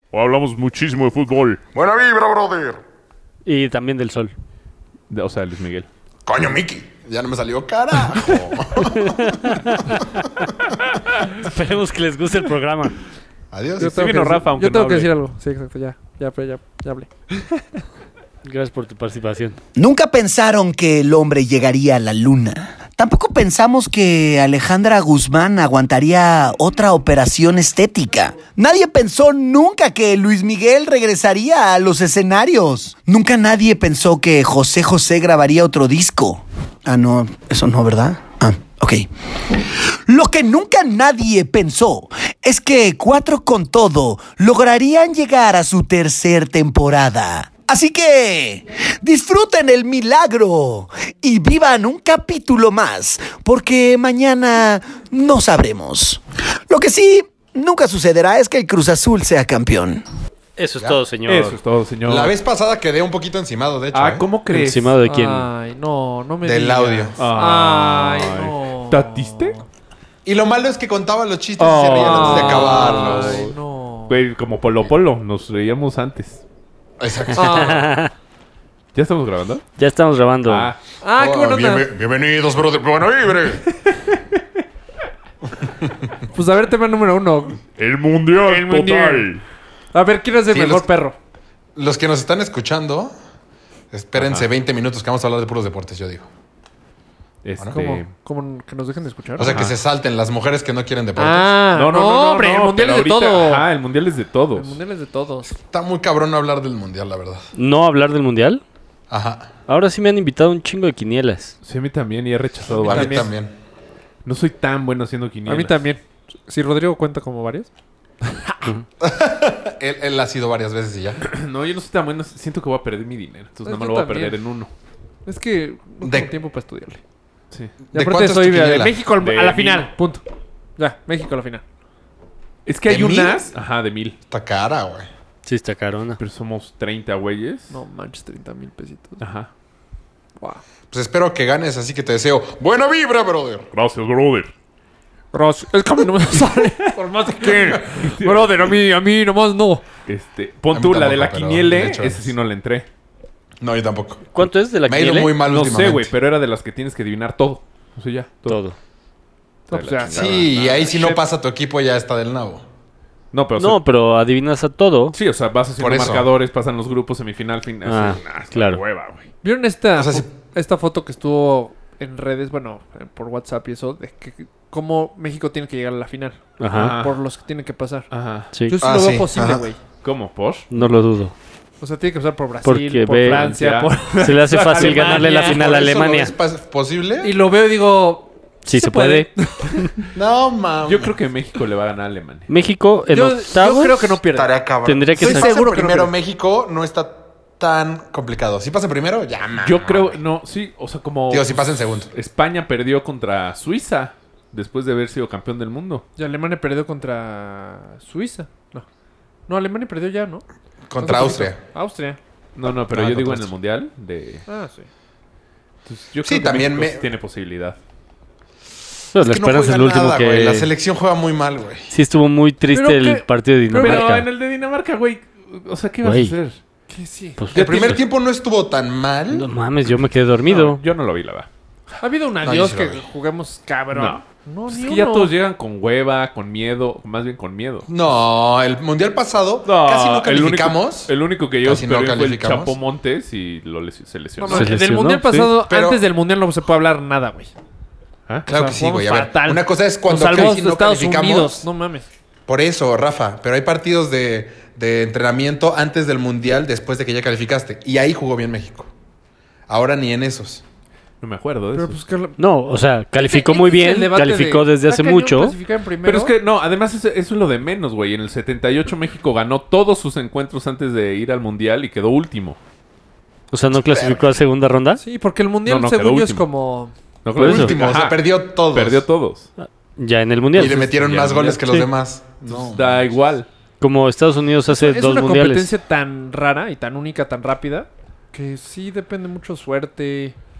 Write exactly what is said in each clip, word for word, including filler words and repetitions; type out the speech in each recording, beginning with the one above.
O hablamos muchísimo de fútbol. Buena vibra, brother. Y también del sol. De- o sea, Luis Miguel. Coño, Mickey. Ya no me salió carajo. Esperemos que les guste el programa. Adiós. Yo tengo, vino que, Rafa, decir, aunque yo tengo no que hable. decir algo. Sí, exacto. Ya, ya, ya, ya, ya hablé. Gracias por tu participación. Nunca pensaron que el hombre llegaría a la luna. Tampoco pensamos que Alejandra Guzmán aguantaría otra operación estética. Nadie pensó nunca que Luis Miguel regresaría a los escenarios. Nunca nadie pensó que José José grabaría otro disco. Ah, no, eso no, ¿verdad? Ah, ok. Lo que nunca nadie pensó es que Cuatro con Todo lograrían llegar a su tercer temporada. Así que disfruten el milagro y vivan un capítulo más, porque mañana no sabremos. Lo que sí nunca sucederá es que el Cruz Azul sea campeón. Eso es Ya. todo, señor. Eso es todo, señor. La vez pasada quedé un poquito encimado, de hecho. Ah, ¿eh? ¿cómo crees? ¿Encimado de quién? Ay, no, no me Del digas. audio. Ay, no. ¿Tatiste? Y lo malo es que contaba los chistes y se reían antes de acabarlos. Ay, no. Güey, como Polo Polo. Nos reíamos antes. Exacto. Ah, ¿Ya estamos grabando? Ya estamos grabando. Ah. ah qué Oh, buena onda. bienve- bienvenidos, brother. Buena vibra. Pues a ver, tema número uno. El mundial El total. mundial. A ver, ¿quién es el Sí, mejor los- perro? Los que nos están escuchando, espérense veinte minutos que vamos a hablar de puros deportes, yo digo. Este... ¿Cómo? ¿Cómo que nos dejen de escuchar? O sea, que Ajá. se salten las mujeres que no quieren deportes. ah, No, no, no, no, hombre, no, el mundial pero es de ahorita- todo. Ajá, el mundial es de todos. El mundial es de todos. Está muy cabrón no hablar del mundial, la verdad. ¿No hablar del mundial? Ajá. Ahora sí me han invitado un chingo de quinielas. Sí, a mí también y he rechazado A mí varios. también. No soy tan bueno haciendo A quinielas. mí también. Si Rodrigo cuenta como varias. Él, él ha sido varias veces y ya. No, yo no soy tan bueno. Siento que voy a perder mi dinero. Entonces Pues nada más yo lo voy a también. perder en uno. Es que no De- tengo tiempo para estudiarle. Sí. Y ¿De aparte cuánto es soy tu de quiniela? México al- De a la mil. final. Punto. Ya, México a la final. Es que ¿De hay mil? unas... Ajá, de mil. Está cara, güey. Sí, está carona. Pero somos treinta güeyes. No manches, treinta mil pesitos. Ajá. Wow. Pues espero que ganes, así que te deseo buena vibra, brother. Gracias, brother. Gracias. Es que a mí no me sale. Por más que... Brother, a mí, a mí nomás no. Este, A pon mí tú la de tampoco, la pero quiniele. de hecho- Ese sí no le entré. No, yo tampoco. ¿Cuánto es de la Me ha ido quiniela? muy mal No sé, últimamente. güey, pero era de las que tienes que adivinar todo. O sea, ya. Todo. Todo. No, pues ya. Sí, y ahí si no pasa tu equipo ya está del nabo. No, pero... o sea, No, pero adivinas a todo. sí, o sea, vas haciendo Por eso. marcadores, pasan los grupos, semifinal, final. Ah, así, nah, es claro. una hueva, güey. ¿Vieron esta, O sea, fo- sí. esta foto que estuvo en redes, bueno, eh, por WhatsApp y eso, de que cómo México tiene que llegar a la final? Ajá. Ah. Por los que tienen que pasar. Ajá. Sí. Yo sí Ah, lo veo sí, posible, ajá. güey. ¿Cómo? ¿Por? No lo dudo. O sea, tiene que pasar por Brasil, Porque por ve- Francia, por... Se le hace fácil Alemania. ganarle la final a ¿Por eso lo Alemania. ves pas- posible? Y lo veo y digo... Sí, se puede. No, mames. Yo creo que México le va a ganar a Alemania. México en Yo, octavos. yo creo que no pierde. Tarea cabrón. Tendría que Estoy ser- seguro seguro que no primero pierde. México no está tan complicado. Si pasa primero, ya, man. Yo creo... No, sí, o sea, como... Digo, si pasa en segundo. España perdió contra Suiza después de haber sido campeón del mundo. Y Alemania perdió contra Suiza. No. No, Alemania perdió ya, ¿no? Contra Hace Austria. poquito. Austria. No, no, pero Ah, yo digo contra en el mundial de... Ah, sí. Entonces, yo Sí, creo que también México me- sí tiene posibilidad. Pues la Es que no esperanza es juega el último nada, que... güey. La selección juega muy mal, güey. Sí estuvo muy triste Pero el que- partido de Pero Dinamarca. en el de Dinamarca, güey... O sea, ¿qué ibas Güey. a hacer? ¿Qué sí? Pues, El primer pues, tiempo no estuvo tan mal. No mames, yo me quedé dormido. No, yo no lo vi, la verdad. Ha habido un No, yo adiós sí lo que vi. juguemos cabrón. No. No, Pues ni es que ya uno. todos llegan con hueva, con miedo, más bien con miedo. No, el mundial pasado casi no calificamos. El único, el único que llegó Casi no super bien fue el calificamos. Chapo Montes y lo les- se No, lesionó. no, Se del lesionó, mundial sí. pasado, Pero- antes del mundial no se puede hablar nada, güey. ¿Ah? Claro O sea, que sí, güey. A jugamos ver, fatal. una cosa es Nos cuando salvamos casi de no Estados calificamos. Unidos. No mames. Por eso, Rafa. Pero hay partidos de, de entrenamiento antes del mundial, después de que ya calificaste. Y ahí jugó bien México. Ahora ni en esos. No me acuerdo de Pero eso. pues que la- No, o sea, calificó Es que muy ese es el bien, debate calificó de- desde ¿está hace cañón mucho. clasificar en primero? Pero es que, no, además eso, eso es lo de menos, güey. En el setenta y ocho México ganó todos sus encuentros antes de ir al Mundial y quedó último. O sea, ¿no clasificó a segunda ronda? Sí, porque el mundial, No, no, según quedó yo, es último. como... No, Por eso. Último, o sea, Ajá. perdió todos. Perdió todos. Ya en el mundial. Y le metieron Ya, más ya, goles que los sí. demás. No. Da igual. Como Estados Unidos hace es dos una mundiales. competencia tan rara y tan única, tan rápida, que sí depende mucho suerte.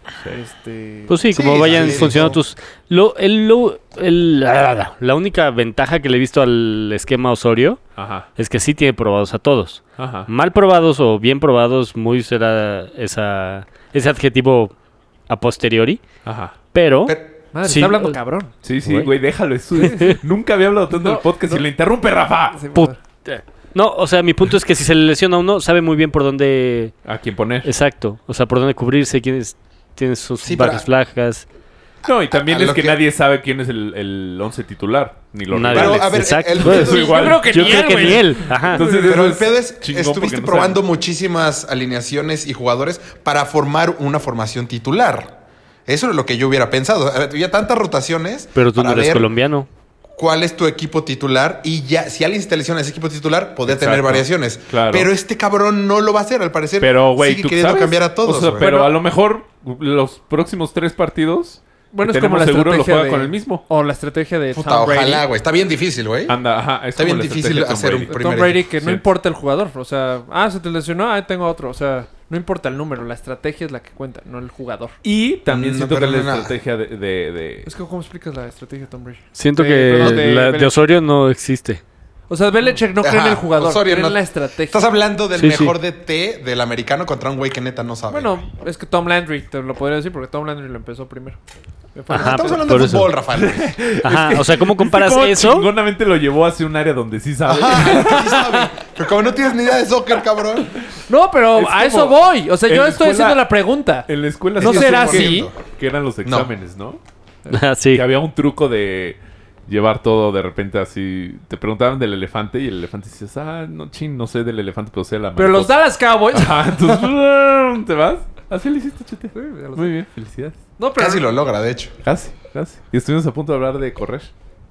Este... Pues sí, Sí, como vayan salir y funcionando todo. tus... Lo, el, lo- el- la, la única ventaja que le he visto al esquema Osorio Ajá, es que sí tiene probados a todos. ajá. Mal probados o bien probados, muy será esa, ese adjetivo a posteriori. Ajá. Pero, Pero- Madre, Sí, está hablando eh, cabrón. Sí, sí, Güey. güey, déjalo. Eso Nunca había hablado tanto en el podcast y lo interrumpe, Rafa. Sí, Put- madre. no, o sea, mi punto es que si se le lesiona a uno, sabe muy bien por dónde... ¿A quién poner? Exacto. O sea, por dónde cubrirse, quiénes tienen sus Sí, varias pero- flajas. No, y también A- a es lo que, que- nadie sabe quién es el, el once titular. Ni los Nadie. rivales. Pero, a ver, Exacto. el- Pues, Eso igual. Yo creo que Yo ni creo él, que güey. ni él. Ajá. Entonces, Pero eso el pedo es, chingón estuviste porque no probando saben. muchísimas alineaciones y jugadores para formar una formación titular. Eso es lo que yo hubiera pensado. A ver, había tantas rotaciones. Pero tú no para eres ver colombiano. ¿Cuál es tu equipo titular? Y ya, si alguien se te lesiona ese equipo titular, podría Exacto. tener variaciones. Claro. Pero este cabrón no lo va a hacer, al parecer. Pero, güey, sigue ¿tú queriendo sabes? cambiar a todos. O sea, güey. pero Bueno. a lo mejor los próximos tres partidos... Bueno, que es como tenemos la seguro lo estrategia juega de- con el mismo. O la estrategia de Puta, Tom Brady. ojalá, güey. Está bien difícil, güey. Anda, ajá. Es Está como bien la difícil estrategia de Tom hacer un Brady. primer Tom Brady que no Sí. importa el jugador. O sea, ah, se te lesionó, ah, tengo otro. O sea, no importa el número, la estrategia es la que cuenta, no el jugador. Y también No, siento que pero la no, nada. estrategia de... de, de- Es que, ¿cómo explicas la estrategia de Tom Brady? Siento Eh, que perdón, de la de Belichick. Osorio no existe. O sea, Belichick no cree en Ajá, el jugador, Osorio cree no- en la estrategia. Estás hablando del Sí, sí. mejor D T del americano contra un güey que neta no sabe. Bueno, es que Tom Landry, te lo podría decir porque Tom Landry lo empezó primero. Fue- Ajá, Estamos por- hablando por de eso. fútbol, Rafael. Ajá, o sea, ¿cómo comparas ¿Cómo eso? chingonamente lo llevó hacia un área donde sí sabe? Ajá, sí sabe. Pero como no tienes ni idea de soccer, cabrón. No, pero Es a como- eso voy. O sea, en yo la estoy escuela- haciendo la pregunta. En la escuela ¿No sí será hacían así? que eran los exámenes, ¿no? Ah, sí. Que había un truco de llevar todo de repente así. Te preguntaban del elefante y el elefante decías, ah, no, chin, no sé del elefante, pero sé la Pero los mariposa". Dallas Cowboys. Ajá, entonces, ¿te vas? Así lo hiciste, Chete. Sí, ya lo sé. Muy bien, felicidades. No, pero Casi lo logra, de hecho. Casi, casi. Y estuvimos a punto de hablar de correr.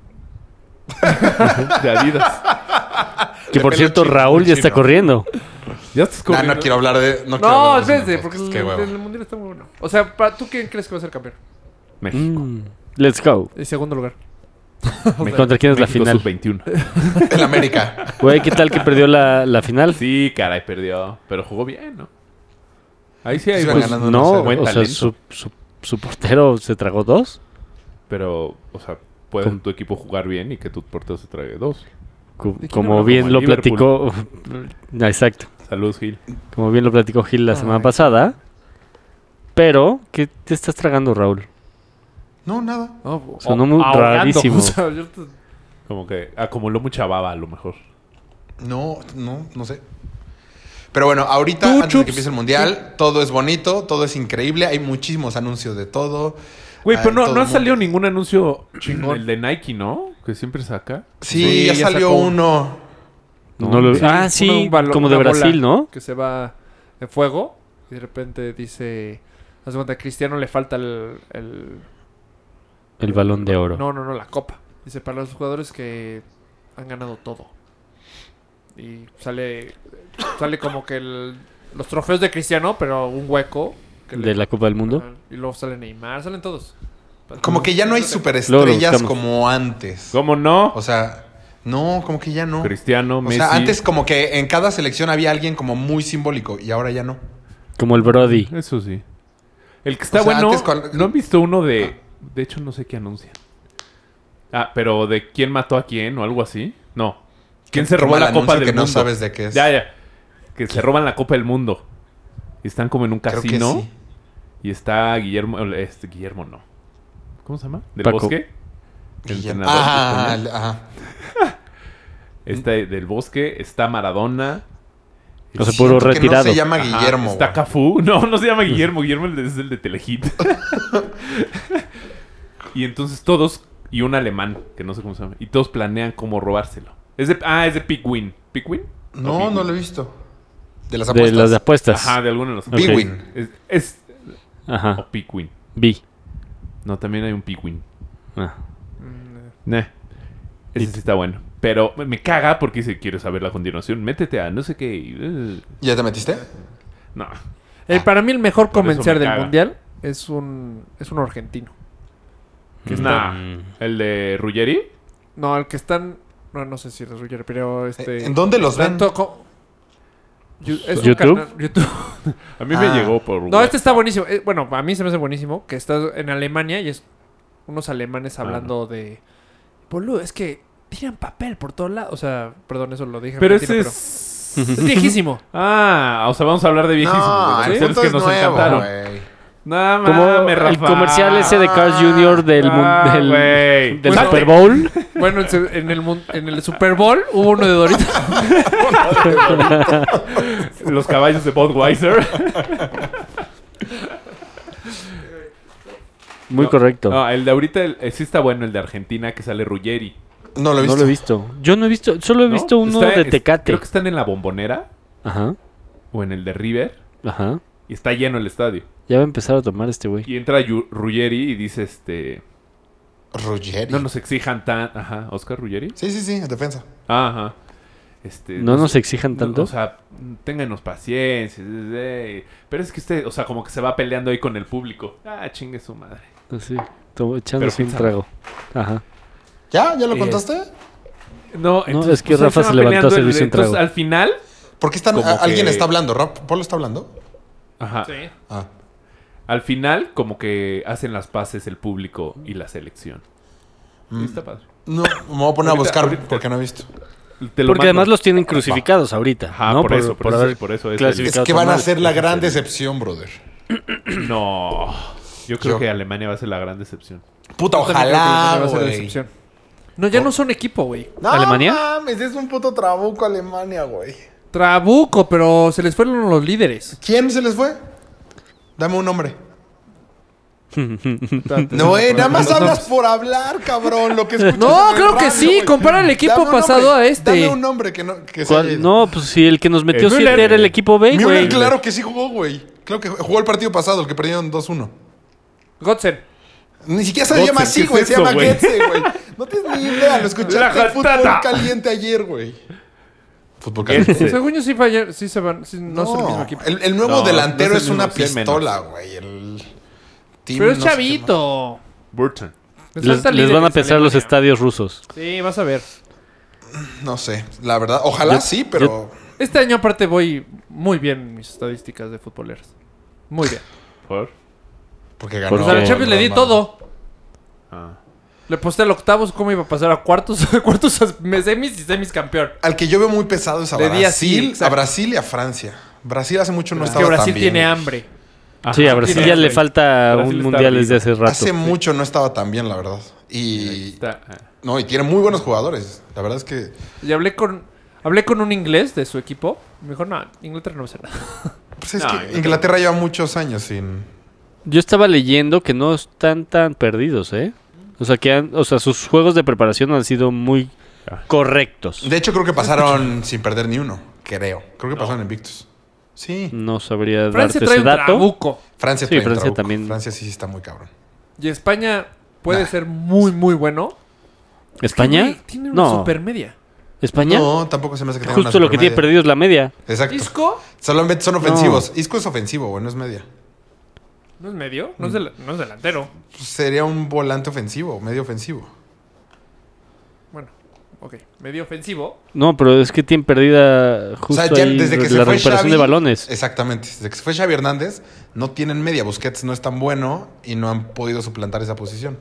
de Adidas. Que por De cierto, peluche, Raúl ya peluchino. está corriendo. Ya estás Nah, corriendo. no quiero hablar de. No, quiero No, hablar de eso en espérate, el porque podcast. el, Qué hueva. el mundial está muy bueno. O sea, para- ¿tú quién crees que va a ser campeón? México. Mm, let's go. En segundo lugar. ¿Contra quién es la México final? sub veintiuno. El América. Güey, ¿qué tal que perdió la, la final? Sí, caray, perdió. Pero jugó bien, ¿no? Ahí sí hay Sí, buen- van ganando. No, buen o sea, talento. su, su, su portero se tragó dos. Pero, o sea, puede ¿Cómo? tu equipo jugar bien y que tu portero se trague dos. Co- ¿De quién Como hablamos? bien Como lo el Liverpool. platicó. Ah, exacto. Saludos, Gil. Como bien lo platicó Gil la Ay. semana pasada. Pero, ¿qué te estás tragando, Raúl? No, nada. Oh, Sonó oh, muy ahogando. rarísimo. O sea, yo te- Como que acumuló mucha baba, a lo mejor. No, no, no sé. Pero bueno, ahorita, Tú, antes de Chups. que empiece el mundial, todo es bonito, todo es increíble. Hay muchísimos anuncios de todo. Güey, Ay, pero no, todo no ha el salido mundo. ningún anuncio Chingón. el de Nike, ¿no? Que siempre saca. Sí, Sí, ya, ya salió sacó. uno. No lo- Sí, ah, sí, un balo- como de una bola Brasil, ¿no? Que se va de fuego y de repente dice... Haz de cuenta, a Cristiano le falta el, el... El balón de oro. No, no, no, la copa. Dice, para los jugadores que han ganado todo. Y sale sale como que el- los trofeos de Cristiano, pero un hueco. que le- De la Copa del Mundo. Ajá, y luego sale Neymar, salen todos. Como que ya no hay Luego lo superestrellas buscamos. como antes. ¿Cómo no? O sea, no, como que ya no. Cristiano, O Messi. sea, antes como que en cada selección había alguien como muy simbólico y ahora ya no. Como el Brody. Eso sí. El que está O sea, bueno... antes cuando- ¿No han visto uno de... De hecho, no sé qué anuncian. Ah, pero de quién mató a quién o algo así. No. ¿Quién Qué- se qué robó mal la Copa anuncio del que no Mundo? sabes de qué es. Ya, ya. Que se roban la Copa del Mundo. Y están como en un Creo que casino. sí. Y está Guillermo... Este, Guillermo no. ¿Cómo se llama? ¿Del Paco. Bosque? El Guillermo. entrenador Ah, español. ajá. Está del Bosque. Está Maradona. O sea, Siento puro que no retirado. se llama Ajá, Guillermo. Está güey. Cafú. No, no se llama Guillermo. Guillermo es el de Telehit. Y entonces todos... Y un alemán, que no sé cómo se llama. Y todos planean cómo robárselo. Es de, ah, es de Pigwin. ¿Pigwin? No, no lo he visto. De las De apuestas. las apuestas. Ajá, de alguno de los... Ok. Bwin. Es, es... Ajá. O Pigwin. B. No, también hay un Pigwin. Ah. Mm, Nah. Ese sí está bueno. Pero me- me caga porque dice, quiero saber la continuación. Métete a no sé qué. y, uh, ¿Ya te metiste? no. Eh, para mí el mejor Por eso comensal me del caga. mundial es un es un argentino. Que Nah. Mm. ¿El de Ruggeri? No, el que están no, no sé si es Ruggeri, pero este ¿En dónde los ven? tanto co- Yu- es un ¿YouTube? canal- YouTube. A mí Ah. me llegó por... No, este está buenísimo. Eh, bueno, a mí se me hace buenísimo que está en Alemania y es unos alemanes hablando de... Boludo, es que tiran papel por todos lados. O sea, perdón, eso lo dije. en Pero argentino, ese es... pero es viejísimo. Ah, o sea, vamos a hablar de viejísimos. No, de el comerciales punto que es nos nuevo, encantaron. güey. No Como mames, el Rafa. comercial ese de Carl junior del, mun- Ah, del, güey. del Bueno, Super Bowl. Bueno, en, se- en el, mun- en el Super Bowl hubo uno de Doritos. Los caballos de Budweiser. Muy No, correcto. No, el de ahorita el- sí está bueno, el de Argentina, que sale Ruggeri. No lo he No visto. lo he visto. Yo no he visto, solo he ¿no? visto uno Está- de es- Tecate. Creo que están en la Bombonera Ajá, o en el de River ajá. y está lleno el estadio. Ya va a empezar a tomar este güey. Y entra Yu- Ruggeri y dice este... Ruggeri. No nos exijan tan... Ajá, ¿Oscar Ruggeri? Sí, sí, sí, en defensa. Ah, ajá. Este, ¿No nos exijan no, tanto? o sea, ténganos paciencia. eh, Pero es que usted, o sea, como que se va peleando ahí con el público. Ah, chingue su madre. Así, to- echándose un piensa- trago. Ajá. ¿Ya? ¿Ya lo Eh, contaste? No, es que pues, Rafa ahí se van levantó a peleando servirse un entonces, trago. al final... ¿Por qué están, como a- alguien que- está hablando? ¿Rob- ¿Polo está hablando? Ajá. Sí. Ah. Al final, como que hacen las paces el público y la selección. Mm. Está padre. No, me voy a poner a Ahorita- buscar ahorita te- porque no he visto. Te lo Porque mando. además los tienen crucificados ahorita. Ajá, ¿no? por eso, por eso, por eso es el- clasificado Es que van tan a mal. ser la gran decepción, brother. No. Yo creo Yo- que Alemania va a ser la gran decepción. Puta, Yo también creo que ojalá, Alemania va a ser la güey. decepción. No, ya no son equipo, güey. No ¿Alemania? mames, es un puto trabuco Alemania, güey. Trabuco, pero se les fueron los líderes. ¿Quién se les fue? Dame un nombre. No, güey, nada más hablas por hablar, cabrón. Lo que escuchas No, en el claro que radio, sí, güey. compara el equipo Dame un pasado nombre, a este. Dame un nombre que no que se ¿Cuál? haya ido. No, pues si el que nos metió Eh, siete Müller. era el equipo B, Müller, güey. claro que sí jugó, güey. Claro que jugó el partido pasado, el que perdieron dos uno. Godsen. Ni siquiera se Götze, llama así, ¿qué güey. es Se eso, llama güey? Getze, güey. No tienes ni idea. Lo escuchaste La en Fútbol Jatata. Caliente ayer, güey. Fútbol Caliente. Getze. Según yo sí, falla- sí se van. sí, no, es el mismo equipo. El, el nuevo No, delantero no es es, el una mismo, sí hay menos. pistola, güey. El team Pero es no sé qué chavito. Burton. Les Les, faltan les van a líderes pesar los Alemania. estadios rusos. Sí, vas a ver. más. No sé, la verdad. Ojalá Yo- sí, pero... Este año aparte voy muy bien en mis estadísticas de futboleros. Muy bien. ¿Por? Porque ganó. Pues O sea, a la Champions le di Real todo. Ah. Le posté al octavos cómo iba a pasar a cuartos, cuartos a semis y semis campeón. Al que yo veo muy pesado es a Le di así, Brasil, a exacto. Brasil y a Francia. Brasil hace mucho no Es que estaba Brasil tan bien. tiene güey. hambre. Sí, a Ajá. Brasil tiene ya le hambre. falta Brasil un está mundial desde ardido. hace rato. Hace mucho no estaba tan bien, la verdad. Ahí Y... está. Ah. No, y tiene muy buenos jugadores. La verdad es que... Y hablé con hablé con un inglés de su equipo. Me dijo, no, Inglaterra no va a hacer nada. Pues es No, que Inglaterra- Inglaterra lleva muchos años sin... Yo estaba leyendo que no están tan perdidos, ¿eh? O sea, que han, o sea, sus juegos de preparación han sido muy Ah. correctos. De hecho, creo que pasaron sin perder ni uno. Creo. Creo que pasaron invictos. Sí. No sabría Francia darte trae ese un dato. trabuco. Francia Sí, trae un Francia trabuco. también. Francia sí, sí está muy cabrón. Y España puede Nah. ser muy, muy bueno. ¿España? Güey, tiene una No. supermedia. ¿España? No, tampoco se me hace que tenga Justo una lo que tiene supermedia. perdido es la media. Exacto. ¿Isco? Solamente son ofensivos. Isco es ofensivo, güey, no es media. ¿No es medio? No, es, del- no es delantero. Pues sería un volante ofensivo, medio ofensivo. Bueno, ok. Medio ofensivo. No, pero es que tiene perdida justo o sea, ya ahí desde que la se fue recuperación Xavi, de balones. Exactamente. Desde que se fue Xavi Hernández, no tienen media. Busquets no es tan bueno y no han podido suplantar esa posición.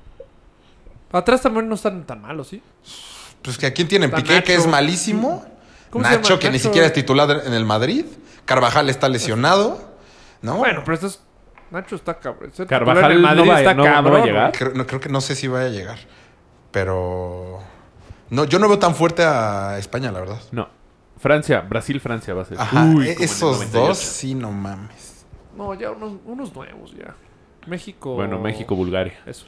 Atrás también no están tan malos, ¿sí? Pues que a quién tienen Está Piqué, que Nacho. es malísimo. ¿Cómo se Nacho, llama? que ni Nacho. siquiera es titular en el Madrid. Carvajal está lesionado. ¿No? Bueno, pero esto es... Nacho está cabrón. Ser Carvajal titular en el Madrid no va- está no- no va a cabrón. llegar. Creo, no, creo que no sé si vaya a llegar. Pero... No, yo no veo tan fuerte a España, la verdad. No. Francia, Brasil-Francia va a ser. Ajá, Uy, e- como en el esos noventa y ocho. dos, sí, no mames. No, ya unos, unos nuevos ya. México... Bueno, México-Bulgaria. Eso.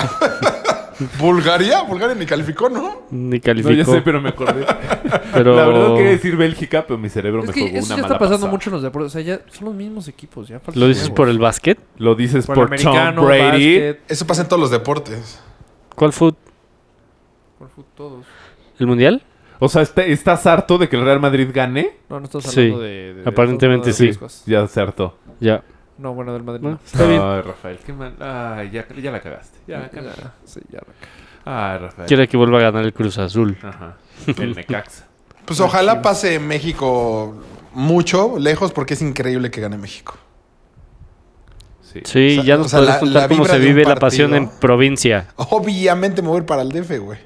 ¿Bulgaria? Bulgaria ni calificó, ¿no? Ni No, calificó. ya sé, pero me acordé. pero... La verdad quería decir Bélgica, pero mi cerebro Es me que jugó eso una ya mala está pasando pasada. mucho en los deportes. O sea, ya son los mismos equipos. Ya faltan ¿Lo dices nuevos. por el básquet? Lo dices Por por, el Tom americano, Brady. básquet, Eso pasa en todos los deportes. ¿Cuál fue? por fut- todos. ¿El mundial? O sea, ¿está- ¿estás harto de que el Real Madrid gane? No, no estás Sí, hablando de, de- aparentemente estás hablando de sí. otras cosas. Ya se hartó. Ya. No, bueno, del Madrid. Bueno, no. está bien. Ay, Rafael, qué mal. Ay, ya, ya la cagaste. Ya, Ya, ya. sí, ya. Ay, Rafael. Quiere que vuelva a ganar el Cruz Azul. Ajá. El Necaxa. Pues ojalá pase México mucho, lejos, porque es increíble que gane México. Sí. Sí, O sea, ya nos o sea, podrás la- contar la cómo vibra se de un vive la partido. pasión en provincia. Obviamente me voy a ir para el D F, güey.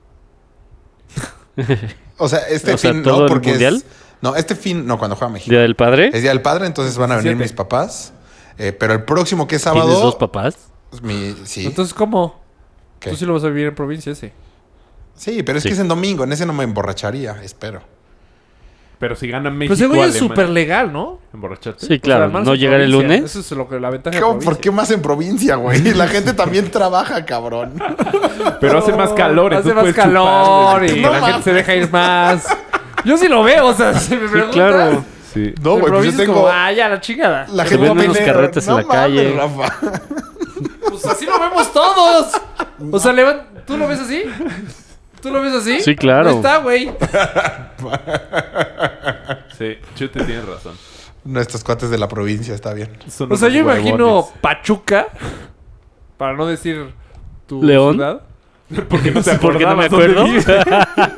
O sea, este O sea, fin ¿todo no, el porque mundial? es... No, este fin no, cuando juega México. ¿Día del padre? Es Día del Padre, entonces van a venir diecisiete. mis papás. Eh, pero el próximo que es sábado... ¿Tienes dos papás? Mi, sí. Entonces, ¿cómo? ¿Qué? Tú sí lo vas a vivir en provincia ese. Sí, pero es Sí. que es en domingo. En ese no me emborracharía, espero. Pero si gana México... Pues según yo es Alemania- súper legal, ¿no? ¿Emborracharte? Sí, claro. O sea, más ¿No en llegar el provincia. lunes? Eso es lo que la ventaja de ¿Cómo? provincia. ¿Por qué más en provincia, güey? La gente también trabaja, cabrón. Pero hace más calor, Hace entonces más puedes calor chupar, y No la gente mames. se deja ir más. Yo sí lo veo, o sea, si me Sí, preguntas. claro. Sí. No, en güey, pues provincia yo es como, tengo... ah, ya, la chingada. La Se gente ven unos tiene- carretes en no la calle. mames, Rafa. Pues así lo vemos todos. O sea, levan- ¿tú lo ves así? ¿Tú lo ves así? Sí, claro. No está, güey. Sí, Chute tiene razón. Nuestros cuates de la provincia, está bien. Son O sea, yo unos imagino huevones. Pachuca, para no decir tu León. ciudad. Porque no te ¿Por qué no me acordabas dónde acuerdo?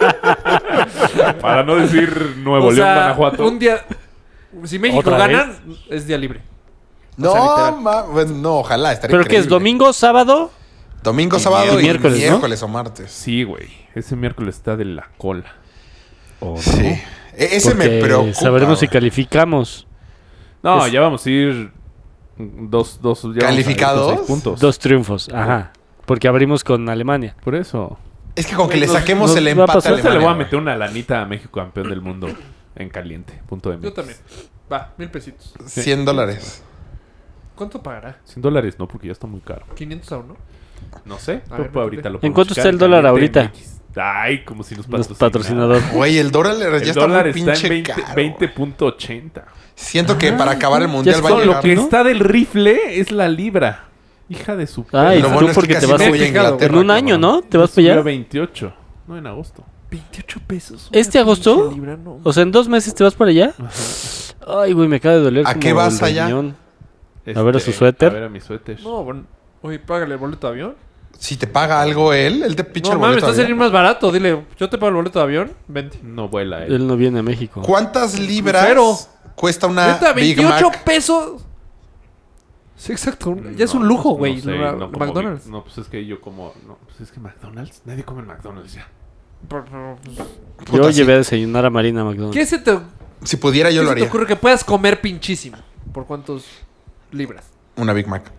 vive. Para no decir Nuevo O León, sea, Guanajuato. un día... Si México ¿Otra gana, es día libre. No, sea, literal. ma- bueno, no, ojalá, estaría ¿Pero qué es? increíble. ¿Domingo, sábado? Domingo, Y sábado y miércoles, miércoles, ¿no? o martes. Sí, güey. Ese miércoles está de la cola. Sí. E- ese me Porque preocupa. sabremos si güey. calificamos. No, Es- ya vamos a ir dos, dos, ya vamos a ir con ¿Calificados? seis puntos. Dos triunfos, ajá. Porque abrimos con Alemania. Por eso. Es que con que le Nos- saquemos nos el va a empate a pasar. Yo se le voy a Alemania, meter una lanita a México campeón del mundo en caliente. Punto de Yo también. Va, mil pesitos. güey. cien dólares. ¿Cuánto pagará? cien dólares no, porque ya está muy caro. ¿quinientos a uno? No sé. A pero ver, pues ahorita lo ¿En podemos cuánto checar está el dólar Caliente ahorita? M X. Ay, como si nos Nos patrocinara. patrocinador. Güey, el dólar ya El está dólar muy está en pinche veinte caro. veinte punto ochenta. Siento que para acabar el mundial es va a todo llegar. Lo que ¿no? está del rifle es la libra. Hija de su... Ay, Lo tú bueno es que porque te casi vas no a voy a Inglaterra. Inglaterra, En un año, cabrón. ¿no? ¿Te vas para Subió a allá? veintiocho. No, en agosto. veintiocho pesos. ¿Este Una agosto? pinche libra, no. O sea, ¿en dos meses te vas para allá? Ay, güey, me acaba de doler ¿A como qué vas el allá? riñón. A ver a su Este, suéter. A ver a mi suéter. No, bueno. Oye, págale el boleto de avión. Si te paga algo él, él te pinche No el mames, boleto está de saliendo avión. más barato. Dile, yo te pago el boleto de avión. Vente. No vuela él. Él no viene a México. ¿Cuántas libras Cero. cuesta una Neta, Big veintiocho Mac? pesos. Sí, exacto. Ya es No, un lujo, pues, güey. no sé, la- no como McDonald's. Big- No, pues es que yo como... No, pues es que McDonald's... Nadie come en McDonald's ya. Por- por- pues, Yo Puta, sí. llevé a desayunar a Marina McDonald's. ¿Qué se te, Si pudiera, yo qué lo se te haría. ocurre que puedas comer pinchísimo? ¿Por cuántos libras? Una Big Mac.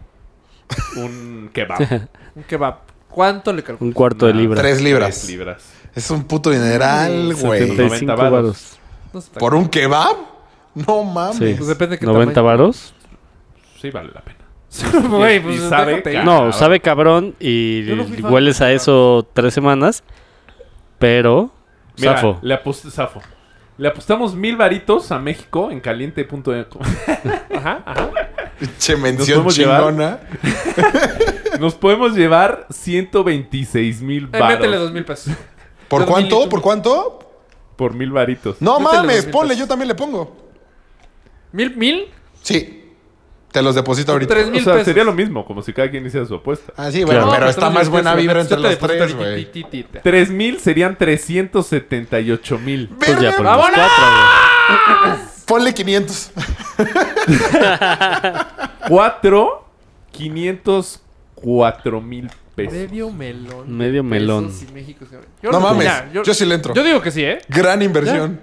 Un kebab. Un kebab. ¿Cuánto le calculas? Un cuarto de Unas libra. Tres libras. tres libras. Es un puto dineral, güey. setenta y cinco noventa varos. varos. No sé, ¿Por un kebab? No mames. Sí. Pues depende de qué ¿noventa tamaño. varos? Sí, vale la pena. Güey, Y- pues y sabe déjate ir. ca- No, cabrón. sabe cabrón y Yo no fui fan hueles de a los eso tres semanas. Pero, Mira, zafo. le aposté... Zafo. Le apostamos mil varitos a México en caliente punto de- Ajá, ajá. Che, mención podemos llevar? chingona. Nos podemos llevar ciento veintiséis mil Eh, métele baros dos mil pesos. ¿Por Dos cuánto? mil y tú. ¿Por cuánto? por mil varitos. No Métele mames, dos mil ponle, pesos. yo también le pongo. ¿Mil? ¿Mil? Sí. Te los deposito ahorita. Tres O mil sea, pesos. sería lo mismo, como si cada quien hiciera su apuesta. Ah, sí, bueno, Claro. pero No, está tres más mil buena pesos. vibra Yo entre te los deposito tres, ahorita, güey. ti, ti, ti. Tres mil serían trescientos setenta y ocho mil. Pues ya Verga, por los cuatro, güey. Ponle quinientos. Cuatro, quinientos cuatro mil pesos. Medio melón. Medio melón. Pesos y México se- Yo No mames, mira, yo sí le entro. Yo digo que sí, ¿eh? Gran inversión.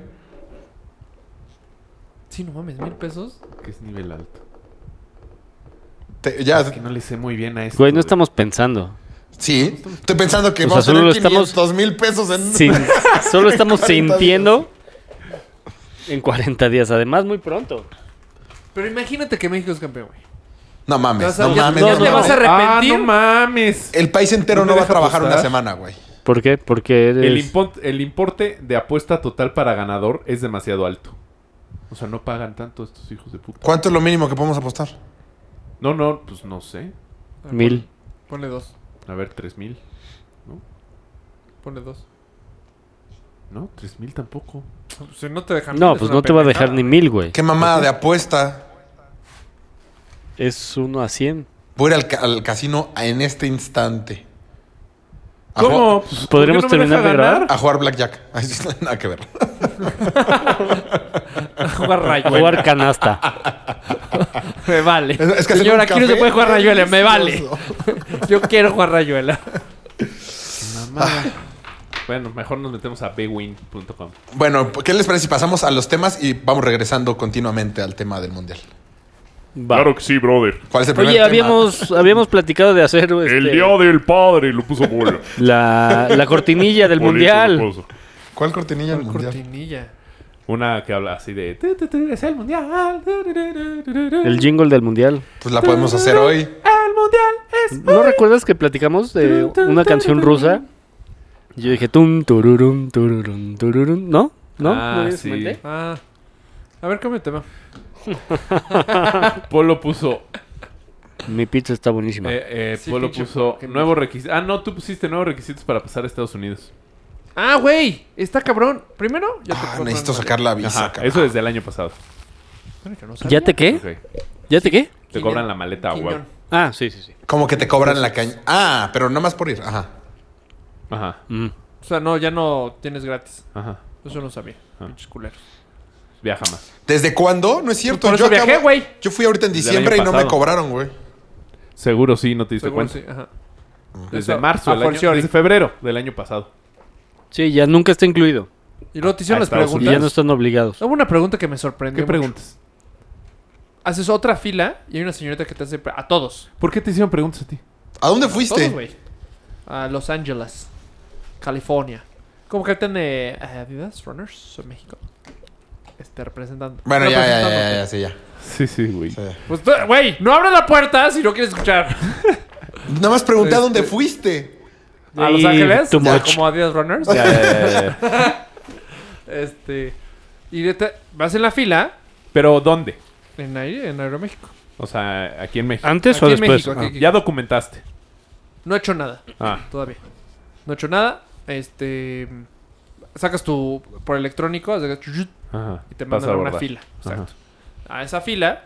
Sí, no mames, mil pesos. Que es nivel alto. Te- ya, Es que no le sé muy bien a esto. Güey, no estamos pensando. sí. Estoy pensando que O vamos sea, a solo tener lo estamos- quinientos mil pesos en... Sin- solo estamos cuarenta sintiendo en cuarenta días. Además, muy pronto. Pero imagínate que México es campeón, güey. No mames, Vas a- no ya- mames. ya no te vas mames. a arrepentir. Ah, no mames. El país entero ¿No no, me va a deja trabajar una apostar? semana, güey. ¿Por qué? Porque eres... El, impon- el importe de apuesta total para ganador es demasiado alto. O sea, no pagan tanto estos hijos de puta. ¿Cuánto es lo mínimo que podemos apostar? No, no, pues no sé. A ver, Mil. pon- Ponle dos. A ver, tres mil. Ponle dos. No, tres mil tampoco. Si no te dejan No, mil, es pues una no te va a dejar pendejada, ni güey. mil, güey. ¿Qué mamada de apuesta? Es uno a cien. Voy a ir al, ca- al casino en este instante. A ¿Cómo? jugar- Pues, ¿Podríamos ¿por qué no me terminar deja de ganar? grabar? A jugar Blackjack. Ay, sí, nada que ver. Jugar rayuela. Jugar canasta. Me vale. Es- es que hacer Señora, un aquí no se café puede jugar rayuela. Me vale. delicioso. Yo quiero jugar rayuela. Mamá. Bueno, mejor nos metemos a bwin punto com. Bueno, ¿qué les parece si pasamos a los temas y vamos regresando continuamente al tema del mundial? Va. Claro que sí, brother. ¿Cuál es el primer Oye, tema? habíamos, habíamos platicado de hacer este, El día del padre lo puso bola. la, la cortinilla del Bolito mundial. lo puso. ¿Cuál cortinilla del mundial? Cortinilla. Una que habla así de... "Tu, tu, tu, es el mundial. Tu, tu, tu, tu, tu, tu". El jingle del mundial. Pues la podemos hacer hoy. El mundial es... ¿No recuerdas que platicamos de una canción rusa? Yo dije tum tururum tururum tururum, ¿no? ¿No? Ah, ¿No habías sí. comenté? Ah. A ver, cambia el tema. Polo puso... Mi pizza está buenísima. Eh, eh, Sí, Polo pinche puso Polo, qué nuevos requisitos. Ah, no, tú pusiste nuevos requisitos para pasar a Estados Unidos. Ah, güey. Está cabrón. Primero, ya te Ah, puedo necesito poner sacar la visa, Ajá, cabrón. eso desde el año pasado. Bueno, yo no sabía. ¿Ya te qué? Ok. ¿Ya te qué? Te cobran la maleta a Quiñón. huevo. Ah, sí, sí, sí. Como que te cobran la caña. Ah, pero no más por ir. Ajá. Ajá, Mm. O sea, no, ya no tienes gratis. ajá. Eso no sabía. Ah. Pinches culeros. Viaja más. ¿Desde cuándo? No es cierto. Por eso viajé, güey. Yo fui ahorita en Desde el diciembre y año no me pasado. cobraron, güey. Seguro sí, no te diste Seguro cuenta. sí, ajá. Desde Eso, marzo a del año, fortiori. desde febrero del año pasado. Sí, ya nunca está incluido. Y luego te hicieron A las Estados Y preguntas. ya no están obligados. Hubo una pregunta que me sorprendió. ¿Qué mucho. preguntas? Haces otra fila y hay una señorita que te hace... pre- A todos. ¿Por qué te hicieron preguntas a ti? ¿A dónde A fuiste? todos, güey. A Los Ángeles, California. Como capitán de Adidas Runners en México. Este, representando. Bueno, ya, ya, ya, Representándote. ya, ya, sí, ya. Sí, sí, güey. Sí. Pues, tú- güey, no abras la puerta si no quieres escuchar. Nada más pregunté a dónde Este- fuiste. A Los Y Ángeles, too ya, much. como Adidas Runners. Ya, ya, ya, ya. Este. Y de te- vas en la fila Pero ¿dónnde? en, ahí, en Aeroméxico. O sea, aquí en México. ¿Antes Aquí o en después? México, aquí, Ah. aquí. Ya documentaste. No he hecho nada Ah, todavía. No he hecho nada. Este. Sacas tu. Por electrónico. haces chut, ajá. Y te Vas mandan a una abordar. fila. Ajá. Exacto. A esa fila.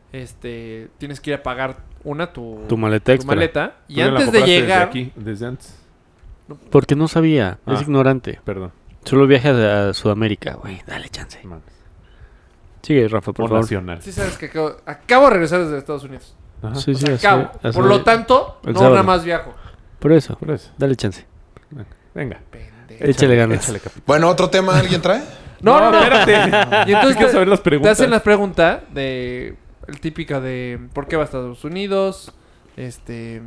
Este. Tienes que ir a pagar una tu. Tu maleta tu extra. maleta. Tú Y ya la antes de compraste desde llegar. aquí, desde antes. Porque no sabía. Es Ah. ignorante. Perdón. Solo viaja a Sudamérica, güey. Dale chance. Mames. Sigue, Rafa, por O favor. nacional. Sí, sabes que acabo, acabo de regresar desde Estados Unidos. Ajá. Sí, O sí, sea, así- acabo. así- Por lo tanto, el no sábado. nada más viajo. Por eso. Por eso. Dale chance. Venga. Pendejo. Échale ganas. Échale, capitán. Bueno, ¿otro tema alguien trae? No, no, no. espérate. Y entonces Quiero te, saber las te preguntas. hacen las preguntas de. El típica de. ¿Por qué va a Estados Unidos? Este.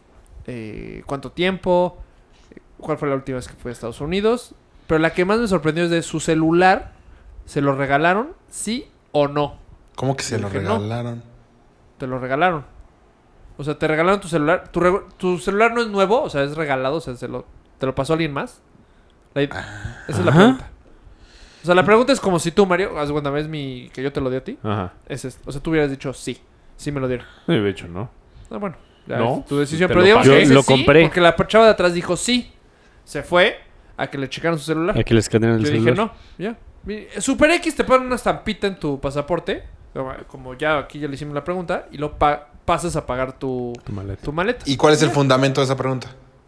eh, ¿Cuánto tiempo? ¿Cuál fue la última vez que fue a Estados Unidos? Pero la que más me sorprendió es de su celular. ¿Se lo regalaron? ¿Sí o no? ¿Cómo que se lo Dije, no. regalaron? Te lo regalaron. O sea, te regalaron tu celular. Tu, reg- tu celular no es nuevo, o sea, es regalado, o sea, se lo, te lo pasó alguien más. La- esa es la Ajá. pregunta. O sea, la pregunta es como si tú, Mario, haz de cuenta, ves mi, que yo te lo di a ti. Ajá. Es esto. O sea, tú hubieras dicho sí. Sí me lo dieron. No, de hecho, no. Ah, bueno. Ya No, es tu decisión. te Pero lo digamos pagué. que Yo dice lo sí, compré. porque la chava de atrás dijo sí. Se fue a que le checaran su celular. Aquí le escanean el Yo celular. dije no. Ya. Mi- Super X te ponen una estampita en tu pasaporte. Como ya aquí ya le hicimos la pregunta. Y lo pa- pasas a pagar tu, Tu maleta. tu maleta. ¿Y cuál es el fundamento de esa pregunta?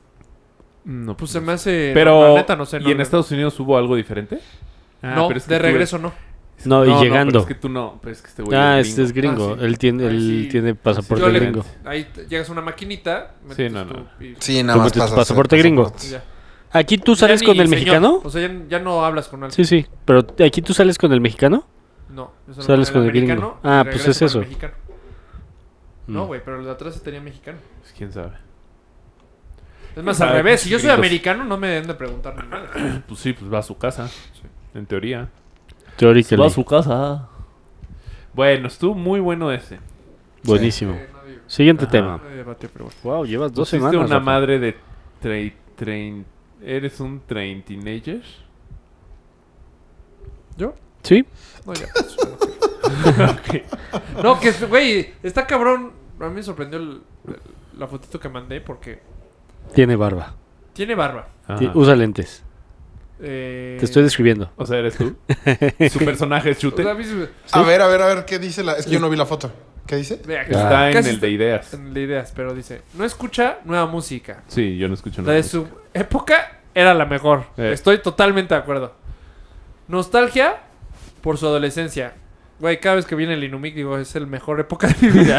No, Pues se me hace. Pero, la neta, no sé. ¿y no- en Estados Unidos hubo algo diferente? Ah, No, pero es que de tú regreso no. eres- No, y pero llegando. es que tú no. Pero es que este güey Ah, es este es gringo. Ah, sí. Él tiene, Ahí él sí. tiene pasaporte Yo le- gringo. Ahí te- llegas a una maquinita. metes no, tu- no. y- Sí, nada Tú más metes tu pasas pasaporte el gringo. pasaporte. y ya. ¿Aquí tú sales Ya con ni el señor. mexicano? O sea, ya, ya no hablas con él. Sí, sí. Pero ¿aquí tú sales con el mexicano? No. yo solo Sales con el americano gringo. y Ah, pues regreso es con el eso. mexicano. No, Mm. güey, pero el de atrás tenía mexicano. Pues, quién sabe. Es más, sabe, al revés. Si yo soy gringos. americano, no me deben de preguntar ni nada. Pues sí, pues va a su casa. En teoría. Teóricamente. Va a su casa. Bueno, estuvo muy bueno ese. Buenísimo. Eh, nadie- Siguiente Ajá. tema. nadie debatió, pero bueno. Wow, llevas dos Pusiste semanas. una Rafa. madre de tre- trein- ¿Eres un train teenager? ¿Yo? ¿Sí? No, ya. No, que, güey, está cabrón. A mí me sorprendió el- el- la fotito que mandé porque Tiene barba. tiene barba. Ti- Ajá. Usa lentes. Eh, Te estoy describiendo. O sea, ¿eres tú? ¿Su personaje es o Chute? sea, a mí se- A ver, a ver, a ver, ¿qué dice la...? Es que yo no vi la foto. ¿Qué dice? Ve, aquí Está en Casi el de ideas. en el de ideas, pero dice, no escucha nueva música. Sí, yo no escucho La nada. de su época era la mejor. Eh. Estoy totalmente de acuerdo. Nostalgia por su adolescencia. Güey, cada vez que viene el Inumic digo, es el mejor época de mi vida.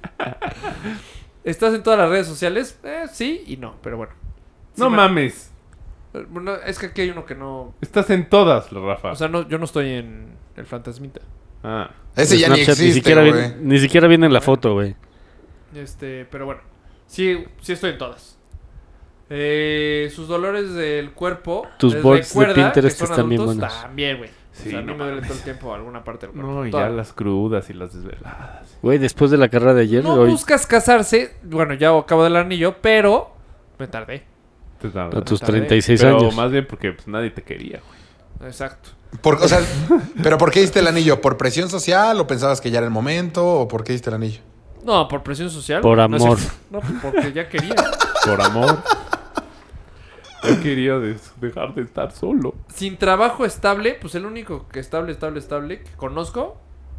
¿Estás en todas las redes sociales? Eh, sí y no, pero bueno. Sí, No ma- mames. Eh, bueno, es que aquí hay uno que no... Estás en todas, Rafa. O sea, no, yo no estoy en el Fantasmita. ah. Ese ya ni Snapchat existe, siquiera güey. viene, ni siquiera viene en la foto, güey. Este, pero bueno. Sí, sí estoy en todas. Eh, sus dolores del cuerpo. Tus les boards de recuerda Pinterest que son están bien adultos. buenos. También, güey. Sí, o sea, a mí no me duele mames. todo el tiempo alguna parte del cuerpo. No, y Toda. ya las crudas y las desveladas. Güey, después de la carrera de ayer, No hoy, buscas casarse. Bueno, ya acabo del anillo, pero me tardé. Te tardas. a tus tardé. treinta y seis Pero años. más bien porque pues, nadie te quería, güey. Exacto. Por, o sea, ¿pero por qué diste el anillo? ¿Por presión social o pensabas que ya era el momento? ¿O por qué diste el anillo? No, por presión social. Por No, es amor. cierto. No, pues porque ya quería. Por amor. Yo quería des- dejar de estar solo. Sin trabajo estable, pues el único que estable, estable, estable que conozco,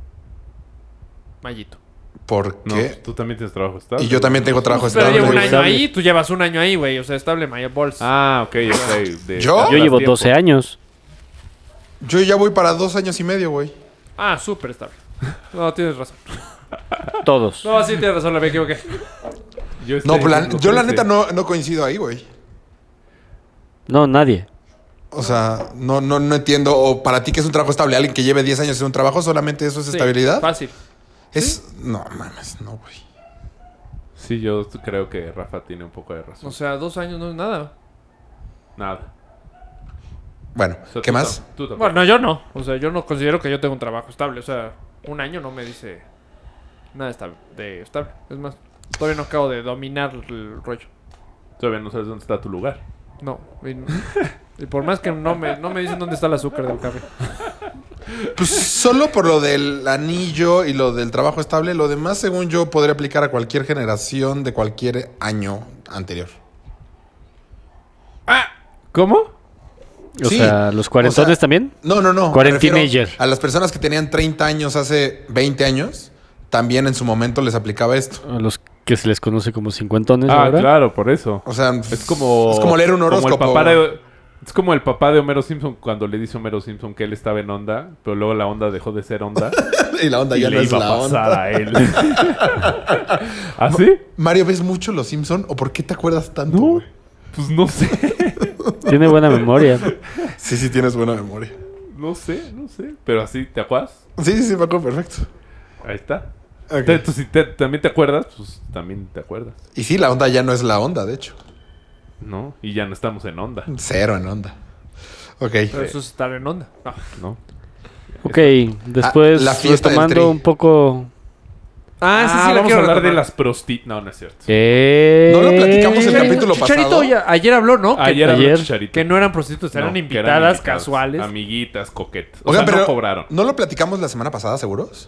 Mayito. ¿Por No, qué? pues, tú también tienes trabajo estable. Y yo también tengo trabajo Pero estable. llevo un güey. año Estable. ahí, tú llevas un año ahí, güey. O sea, estable, Maya Balls. Ah, ok, ok. De- ¿Yo? das Yo llevo tiempo. doce años. Yo ya voy para dos años y medio, güey. Ah, súper estable. No, tienes razón. Todos. No, sí tienes razón, me equivoqué. Yo, No, estoy pues la- en los yo la trece. neta no, no coincido ahí, güey. No, nadie. O sea, no, no, no entiendo. O para ti que es un trabajo estable, alguien que lleve diez años en un trabajo, solamente eso es Sí, estabilidad. Fácil. Es. No, mames, no, güey. Sí, yo creo que Rafa tiene un poco de razón. O sea, dos años no es nada. Nada. Bueno, O sea, ¿qué tú más? tam- Tú tampoco. Bueno, yo no. O sea, yo no considero que yo tenga un trabajo estable. O sea, un año no me dice nada estable, de estable. Es más, todavía no acabo de dominar el rollo. Todavía no sabes dónde está tu lugar. No. Y, y por más que no me, no me dicen dónde está el azúcar del café. Pues solo por lo del anillo y lo del trabajo estable, lo demás, según yo, podría aplicar a cualquier generación de cualquier año anterior. ¿Cómo? O Sí, sea, los cuarentones o sea, también. No, no, no. me Cuarentinager. refiero A las personas que tenían treinta años hace veinte años, también en su momento les aplicaba esto. A los que se les conoce como cincuentones Ah, ahora. claro, por eso. O sea, Es como... Es como leer un como el horóscopo. papá de- es como el papá de Homero Simpson cuando le dice a Homero Simpson que él estaba en onda, pero luego la onda dejó de ser onda y la onda y ya le no es iba la a pasar onda. a él. ¿Así? Mario, ¿ves mucho Los Simpson o por qué te acuerdas tanto? No. güey? Pues no sé. Tiene buena memoria. Sí, sí, tienes buena memoria. No sé, no sé. Pero así, ¿te acuerdas? Sí, sí, sí, me acuerdo perfecto. Ahí está. Ok. Entonces, si te- también te acuerdas, pues también te acuerdas. Y sí, la onda ya no es la onda, de hecho. ¿No? Y ya no estamos en onda, Cero en onda. Ok. Pero eso es estar en onda. No. ¿no? Ok, después Ah, la fiesta del retomando tri. un poco... Ah, sí, sí, la vamos a quiero hablar de retomar. las prosti... No, no es cierto. ¿Qué? No lo platicamos el Chicharito, capítulo Chicharito pasado. ya- ayer habló, ¿no? Que, Ayer, habló ayer- Chicharito. que no eran prostitutas, eran No, que invitadas invitados, casuales. Amiguitas, coquetas. O Oigan, sea, pero no cobraron. ¿no lo platicamos la semana pasada, seguros?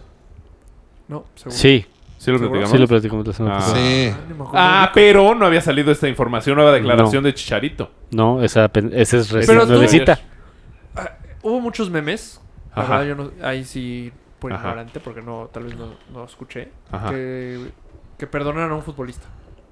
No, seguro. Sí, ¿Sí lo ¿Seguro? platicamos? sí lo platicamos la semana Ah. pasada. Sí. Ah, ni me acuerdo. Ah, pero no había salido esta información, nueva declaración de Chicharito. No, esa, pen- esa es recién Pero tú- nuevecita. Ah, hubo muchos memes. La Ajá. verdad, yo no, ahí sí, por Ajá. ignorante, porque no, tal vez no, no escuché. Ajá. Que, que perdonaron a un futbolista.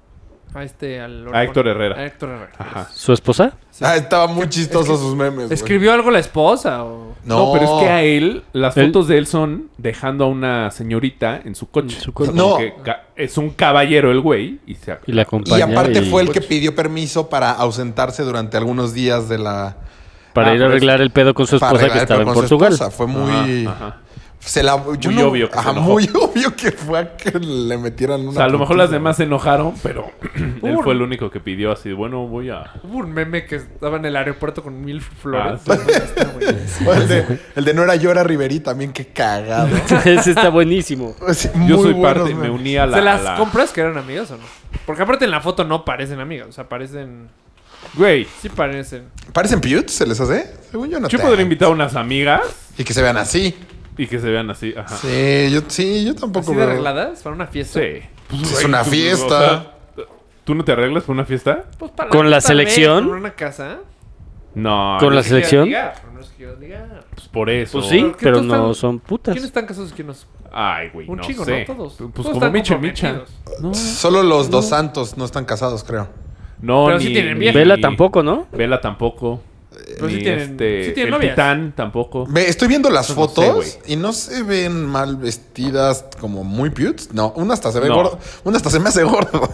A este, al A Héctor Herrera. A Héctor Herrera. Ajá. ¿Su esposa? Sí. Ah, estaba muy chistoso es que- sus memes. güey. ¿Escribió algo la esposa o...? No, pero es que a él, las Él- fotos de él son dejando a una señorita en su coche. En su coche. O sea, como No. que ca- es un caballero el güey y se Y la acompaña. Y aparte y- fue el que pidió permiso para ausentarse durante algunos días de la... Para Ah, ir a por arreglar el pedo con su para esposa que arreglar el estaba en pedo con su Portugal. esposa. Fue muy... Ajá, ajá. Se la, yo Muy no- obvio que se ajá, enojó. muy obvio que fue a que le metieran una... O sea, a lo mejor las putiza. demás se enojaron, pero él Hubo- fue el único que pidió así, bueno, voy a... Hubo un meme que estaba en el aeropuerto con mil flores. Ah, sí. Está buenísimo. O el, de, el de no era yo, era Riverí también, qué cagado. Ese está buenísimo. Sí, Yo muy soy buenos parte, me memes. uní a la... ¿Se las a la- compras que eran amigas o no? Porque aparte en la foto no parecen amigas. O sea, parecen... Güey, Sí parecen. ¿Parecen putes? ¿Se les hace? Según yo no yo te- podría invitar a unas amigas Y que se vean así. y que se vean así, ajá. Sí, yo, sí, yo tampoco ¿Así de veo- arregladas? ¿Para una fiesta? Sí. Pues, Es güey, una tú- fiesta. o sea, ¿tú no te arreglas para una fiesta? Pues para ¿Con la tal vez, selección? ¿Con una casa? No. ¿Con yo- la selección? Ligar, pero no es que quieras ligar. Pues por eso. Pues sí, ¿Pero qué pero tú no están- son putas. ¿Quiénes están casados y quiénes no? Ay, güey, Un no chingo, sé. ¿no? Todos. Pues Todos como están Micha y Micha. comprometidos. No. Solo los dos santos no están casados, creo. No, Pero ni, sí tienen ni- vieja. Vela tampoco, ¿no? Vela tampoco. Pero sí Ni tienen- este, sí tienen el novias. Titán tampoco. Ve, estoy viendo las No sé, fotos güey. y no se ven mal vestidas como muy cute. No, una hasta se ve No. gordo. Una hasta se me hace gordo.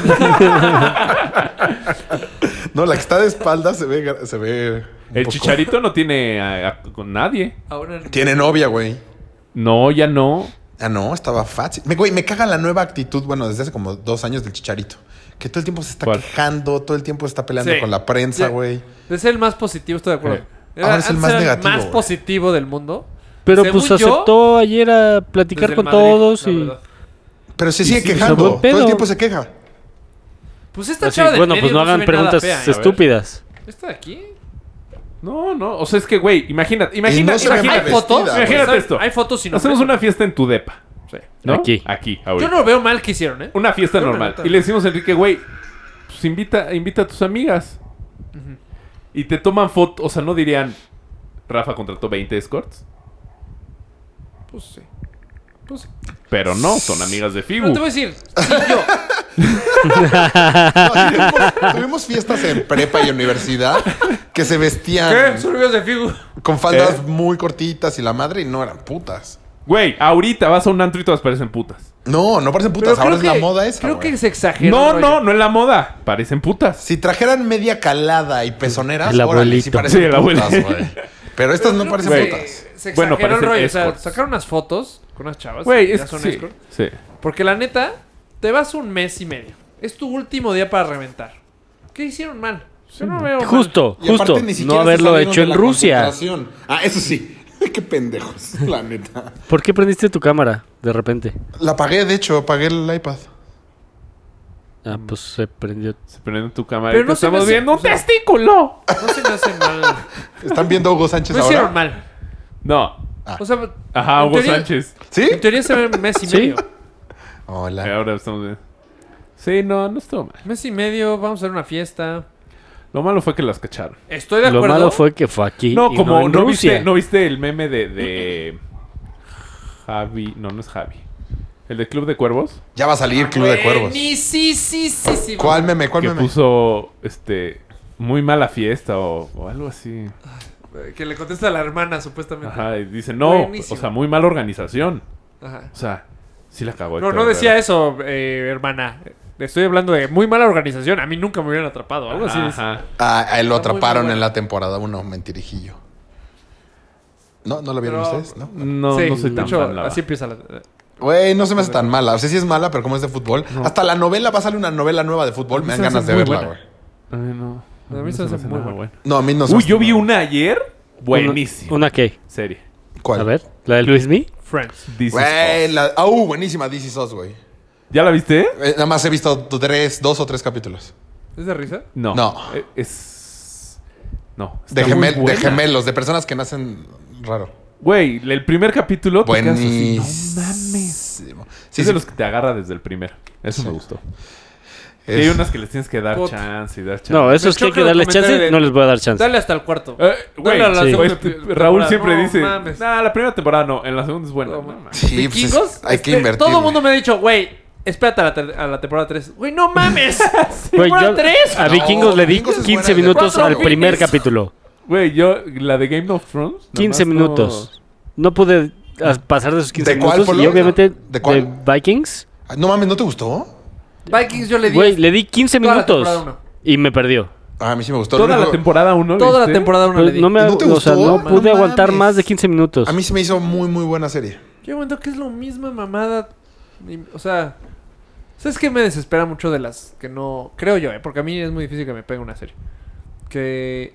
No, la que está de espalda se ve... gra- Se ve un El poco- Chicharito no tiene a- a- con nadie. Ahora Tiene novia, güey. No, ya no. Ah, no, estaba fácil. Me, güey, me caga la nueva actitud, bueno, desde hace como dos años del Chicharito. Que todo el tiempo se está ¿Cuál? quejando, todo el tiempo está peleando Sí. con la prensa, Ya. güey. Es el más positivo, estoy de acuerdo. Eh. Era- Ahora es el antes más era negativo, más güey. positivo del mundo. Pero Según pues yo, aceptó ayer a platicar desde con el Madrid, todos la y... verdad. Pero se Y sigue sí, quejando. buen Todo pedo. el tiempo se queja. Pues esta Así, chava del bueno, medio pues no se hagan ve nada preguntas fea. estúpidas. ¿Esta de aquí? No, no. O sea, es que, güey, imagínate, Y imagina, no se ve ¿Hay mal imagínate, vestida, fotos? güey. Imagínate esto. Hay fotos sin Hacemos nombre. una fiesta en tu depa, Sí. ¿no? Aquí. Aquí, Yo ahorita. no lo veo mal que hicieron, ¿eh? Una fiesta Yo no, normal. neta. Y le decimos a Enrique, güey, pues invita, invita a tus amigas. Y te toman fotos, o sea, no dirían, Rafa contrató veinte escorts. Pues sí. Pues sí. Pero no, son amigas de Pero Figu. te voy a decir, sí, yo. No, tuvimos, tuvimos fiestas en prepa y universidad que se vestían ¿Qué? Son amigos de Figu. con faldas ¿Eh? muy cortitas y la madre y no eran putas. Güey, ahorita vas a un antro y todas parecen putas. No, no parecen putas. Pero Ahora creo es que- la moda esa. Creo güey. que se exageró. No, el no, rollo. no es la moda. Parecen putas. Si trajeran media calada y pezoneras, El órale, abuelito. sí parecen Sí, el putas, abuelito. güey. Pero estas no Creo parecen que putas. Se, se Bueno, exageró el parecen rollo. O sea, escorts. sacaron unas fotos con unas chavas. Güey, ya es son sí, escort. sí. Porque la neta, te vas un mes y medio. Es tu último día para reventar. ¿Qué hicieron mal? Yo no veo mal. Justo, Y aparte justo. ni No siquiera se haberlo salieron hecho de en la Rusia. concentración. Ah, eso sí. Qué pendejos, la neta. ¿Por qué prendiste tu cámara de repente? La apagué, de hecho, apagué el iPad. Ah, pues se prendió. Se prende tu cámara Pero y no te se me estamos hace- viendo un o sea- testículo. No se me hace mal. ¿Están viendo a Hugo Sánchez No ahora? hicieron mal. No. O sea, Ajá, en Hugo teoría- Sánchez. ¿Sí? En teoría se ve mes y ¿Sí? medio. Eh, Hola. Ahora estamos viendo. Sí, no, no estuvo mal. Mes y medio, vamos a hacer una fiesta. Lo malo fue que las cacharon. Estoy de Lo acuerdo. malo fue que fue aquí. No, y como no en no, Rusia. viste, no viste el meme de, de Javi. No, no es Javi. El de Club de Cuervos. Ya va a salir Club de Cuervos. Ni sí, sí, sí, sí. ¿Cuál meme? ¿Cuál que meme? puso este muy mala fiesta o, o algo así. Que le contesta a la hermana, supuestamente. Ajá, y dice, no, Buenísimo. o sea, muy mala organización. Ajá. O sea, sí la cagó. No, no decía eso, eh, hermana. Estoy hablando de muy mala organización. A mí nunca me hubieran atrapado. Algo así. es. Ajá. Ah, a él lo Está muy, atraparon muy bueno. en la temporada uno, mentirijillo. ¿No? ¿No lo vieron Pero- ustedes? ¿No? No, Sí, no soy de tan hecho, fan, la así verdad. empieza la... Güey, no se me hace tan mala. O sea, sí es mala, pero como es de fútbol. Hasta la novela, va a salir una novela nueva de fútbol. Me dan Se me hace ganas de muy verla, buena. güey. Ay, no. A mí No se me hace hace muy nada buena. No, a mí no se me Uy, hace yo vi mala. una ayer. Buenísima. ¿Una qué? Serie. ¿Cuál? A ver, ¿la de Luismi? Friends. This Is Güey, Us. la... Ah, uh, buenísima, This Is Us, güey. ¿Ya la viste? Eh, nada más he visto tres, dos o tres capítulos. ¿Es de risa? No. No. Eh, Es... No. De, está muy gemel- de buena. gemelos, de personas que nacen raro. Güey, el primer capítulo te quedas así, Buenísimo. no mames. Sí, Sí, sí. es de los que te agarra desde el primero. Eso Sí. me gustó. Es- Y hay unas que les tienes que dar Puta. chance y dar chance. No, eso Me es que hay choca que el darles comentario chance. de- No les voy a dar chance. Dale hasta el cuarto. Eh, güey, Dale a la sí. segunda este, temporada. Raúl siempre No dice, mames. nah, la primera temporada no, en la segunda es buena. No, No mames. mames. Sí, pues es- ¿Vikingos? hay que Este, invertir. Todo el mundo me ha dicho, güey, espérate a la, ter- a la temporada tres. Güey, no mames. Güey, ¿Temporada yo tres? a No, Vikingos le di Vikingos es quince buena, minutos cuatro al primer fines. capítulo. Güey, yo, la de Game of Thrones. nada quince más minutos. No pude ah, pasar de esos quince ¿De cuál, minutos. Polo? Y obviamente ¿De cuál? de Vikings. Ay, no mames, ¿no te gustó? Vikings yo le di Güey, le di quince toda la minutos. temporada uno. Y me perdió. Ah, a mí sí me gustó. No. Lo Toda la único- temporada uno. Toda la ¿viste? temporada uno Pues le di. no me, ¿Y no te o sea, gustó? no pude No aguantar mames. más de quince minutos. A mí se me hizo muy, muy buena serie. Yo momento que es lo misma mamada. Y- O sea, ¿sabes qué me desespera mucho de las que no... Creo yo, ¿eh? Porque a mí es muy difícil que me pegue una serie. Que...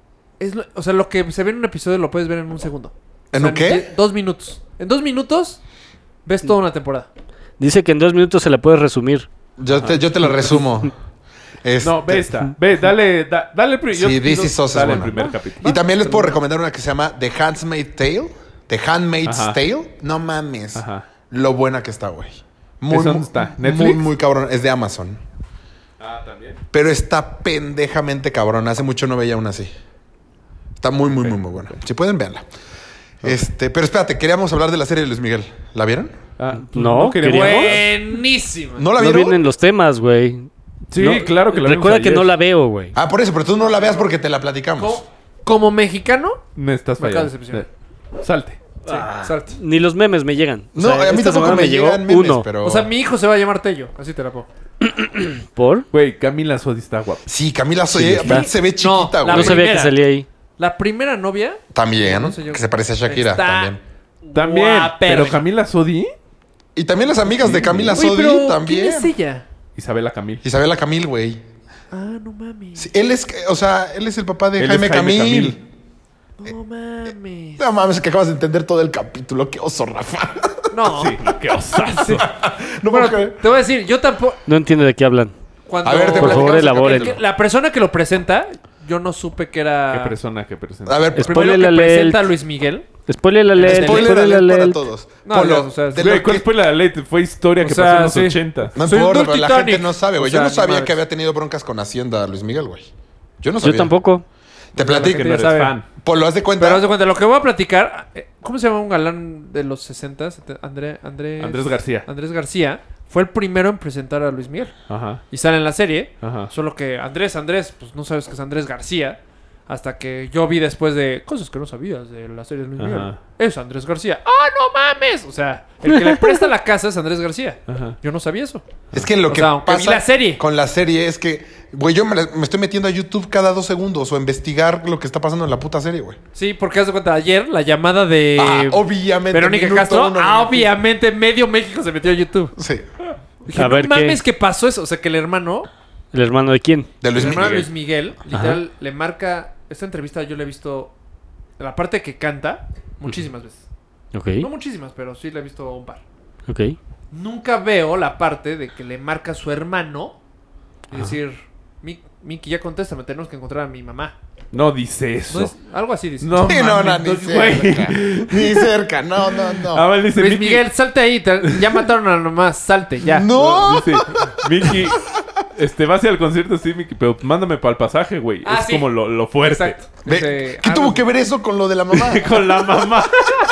Es lo- o sea, lo que se ve en un episodio lo puedes ver en un segundo. O ¿En sea, un qué? die- Dos minutos. En dos minutos ves toda una temporada. Dice que en dos minutos se la puedes resumir. Yo te, yo te lo resumo. Este- No, ve esta. Ve, dale, da- dale el pri- yo Sí, te This digo, Is Us es dale el buena. primer capítulo. Y también les puedo recomendar una que se llama The Handmaid's Tale. The Handmaid's Ajá. Tale. No mames. Ajá. Lo buena que está, güey. Muy, ¿Esa dónde muy- está? Muy, ¿Netflix? muy cabrón. Es de Amazon. Ah, también. Pero está pendejamente cabrón. Hace mucho no veía una así. Está muy, muy, muy, muy buena. Si pueden, véanla. Este, pero espérate, queríamos hablar de la serie de Luis Miguel. ¿La vieron? Ah, No, queríamos. queríamos. Buenísimo. ¿No la No vieron? vienen los temas, güey. Sí, No, claro que la vimos Recuerda que ayer. no la veo, güey. Ah, por eso, pero tú no la veas porque te la platicamos. Como, como mexicano, Me estás Me acabas fallando. de Eh, Salte. sí, salte. Ni los memes me llegan. O No, sea, a mí esta tampoco semana me llegó llegan memes, uno. pero... O sea, mi hijo se va a llamar Tello. Así te la pongo. ¿Por? Güey, Camila Sodi está guapa. Sí, Camila Soy Sí, está. se ve No, chiquita, la güey. No sabía que primera. salía ahí. La primera novia También, No sé yo. que se parece a Shakira, Está- también. También. Guaperga. Pero Camila Sodi. Y también las amigas de Camila Güey, Sodi, pero también. ¿quién es ella? Isabela Camil. Isabela Camil, güey. Ah, no mames. Sí, él es, o sea, él es el papá de Él es Jaime, Jaime Camil. Camil. No mames. No mames, que acabas de entender todo el capítulo. Qué oso, Rafa. No. Sí, qué osazo. No Bueno, puedo creer. te voy a decir, yo tampoco. No entiendo de qué hablan. Cuando... A ver, te Por favor, platicamos el elaboren. capítulo. La persona que lo presenta, yo no supe que era. Qué persona que presenta. A ver, El pues, primero Spoiler que alert. presenta a Luis Miguel. Spoiler alert. spoiler spoiler alert para alert. todos. No, Polo, ya, o sea, de Güey, lo ¿cuál que- fue la ley? Fue historia O que sea, pasó en los sí. ochentas. No Soy un importa, pero la Titanic. gente no sabe, güey. O sea, Yo no ni sabía madres. que había tenido broncas con Hacienda Luis Miguel, güey. Yo no sabía. Yo tampoco. Te Que platico. no eres sabe. fan. Polo, haz de cuenta. Pero haz de cuenta, lo que voy a platicar. eh, ¿Cómo se llama un galán de los sesenta? André, Andrés, Andrés García. Andrés García. Fue el primero en presentar a Luis Miguel. Ajá. Y sale en la serie. Ajá. Solo que Andrés, Andrés, pues no sabes que es Andrés García. Hasta que yo vi después de cosas que no sabías de la serie de Luis Miguel. Ajá. Es Andrés García. ¡Ah, no mames! O sea, el que le presta la casa es Andrés García. Ajá. Yo no sabía eso. Es que lo O que sea, aunque vi pasa la serie. con la serie es que, güey, yo me, la- me estoy metiendo a YouTube cada dos segundos o a investigar lo que está pasando en la puta serie, güey. Sí, porque haz de cuenta, ayer la llamada de Ah, obviamente. Verónica minuto Castro. uno, Ah, minuto- obviamente medio México se metió a YouTube. Sí. Dije, A no ver, mames, ¿qué? ¿qué pasó eso? O sea, que el hermano, ¿El hermano de quién? De Luis el hermano de Miguel. Luis Miguel, literal, le marca... Esta entrevista yo la he visto... La parte que canta, muchísimas veces. Ok. No muchísimas, pero sí la he visto un par. Ok. Nunca veo la parte de que le marca a su hermano y decir... "Mi- Miki, ya contéstame, tenemos que encontrar a mi mamá". No dice eso. ¿No es? Algo así dice. No, Sí, no, no, mames, ni entonces, güey. cerca. Ni cerca, no, no, no. Ah, vale, dice Luis Miki- Miguel, salte ahí. te- ya mataron a la mamá, salte, ya. No. Dice, Miki, este, vas a ir al concierto, sí, Miki, pero mándame para el pasaje, güey. Ah, es sí. como lo, lo fuerte. Exacto. Ve, Dice, ¿Qué ah, tuvo no. que ver eso con lo de la mamá? Con la mamá.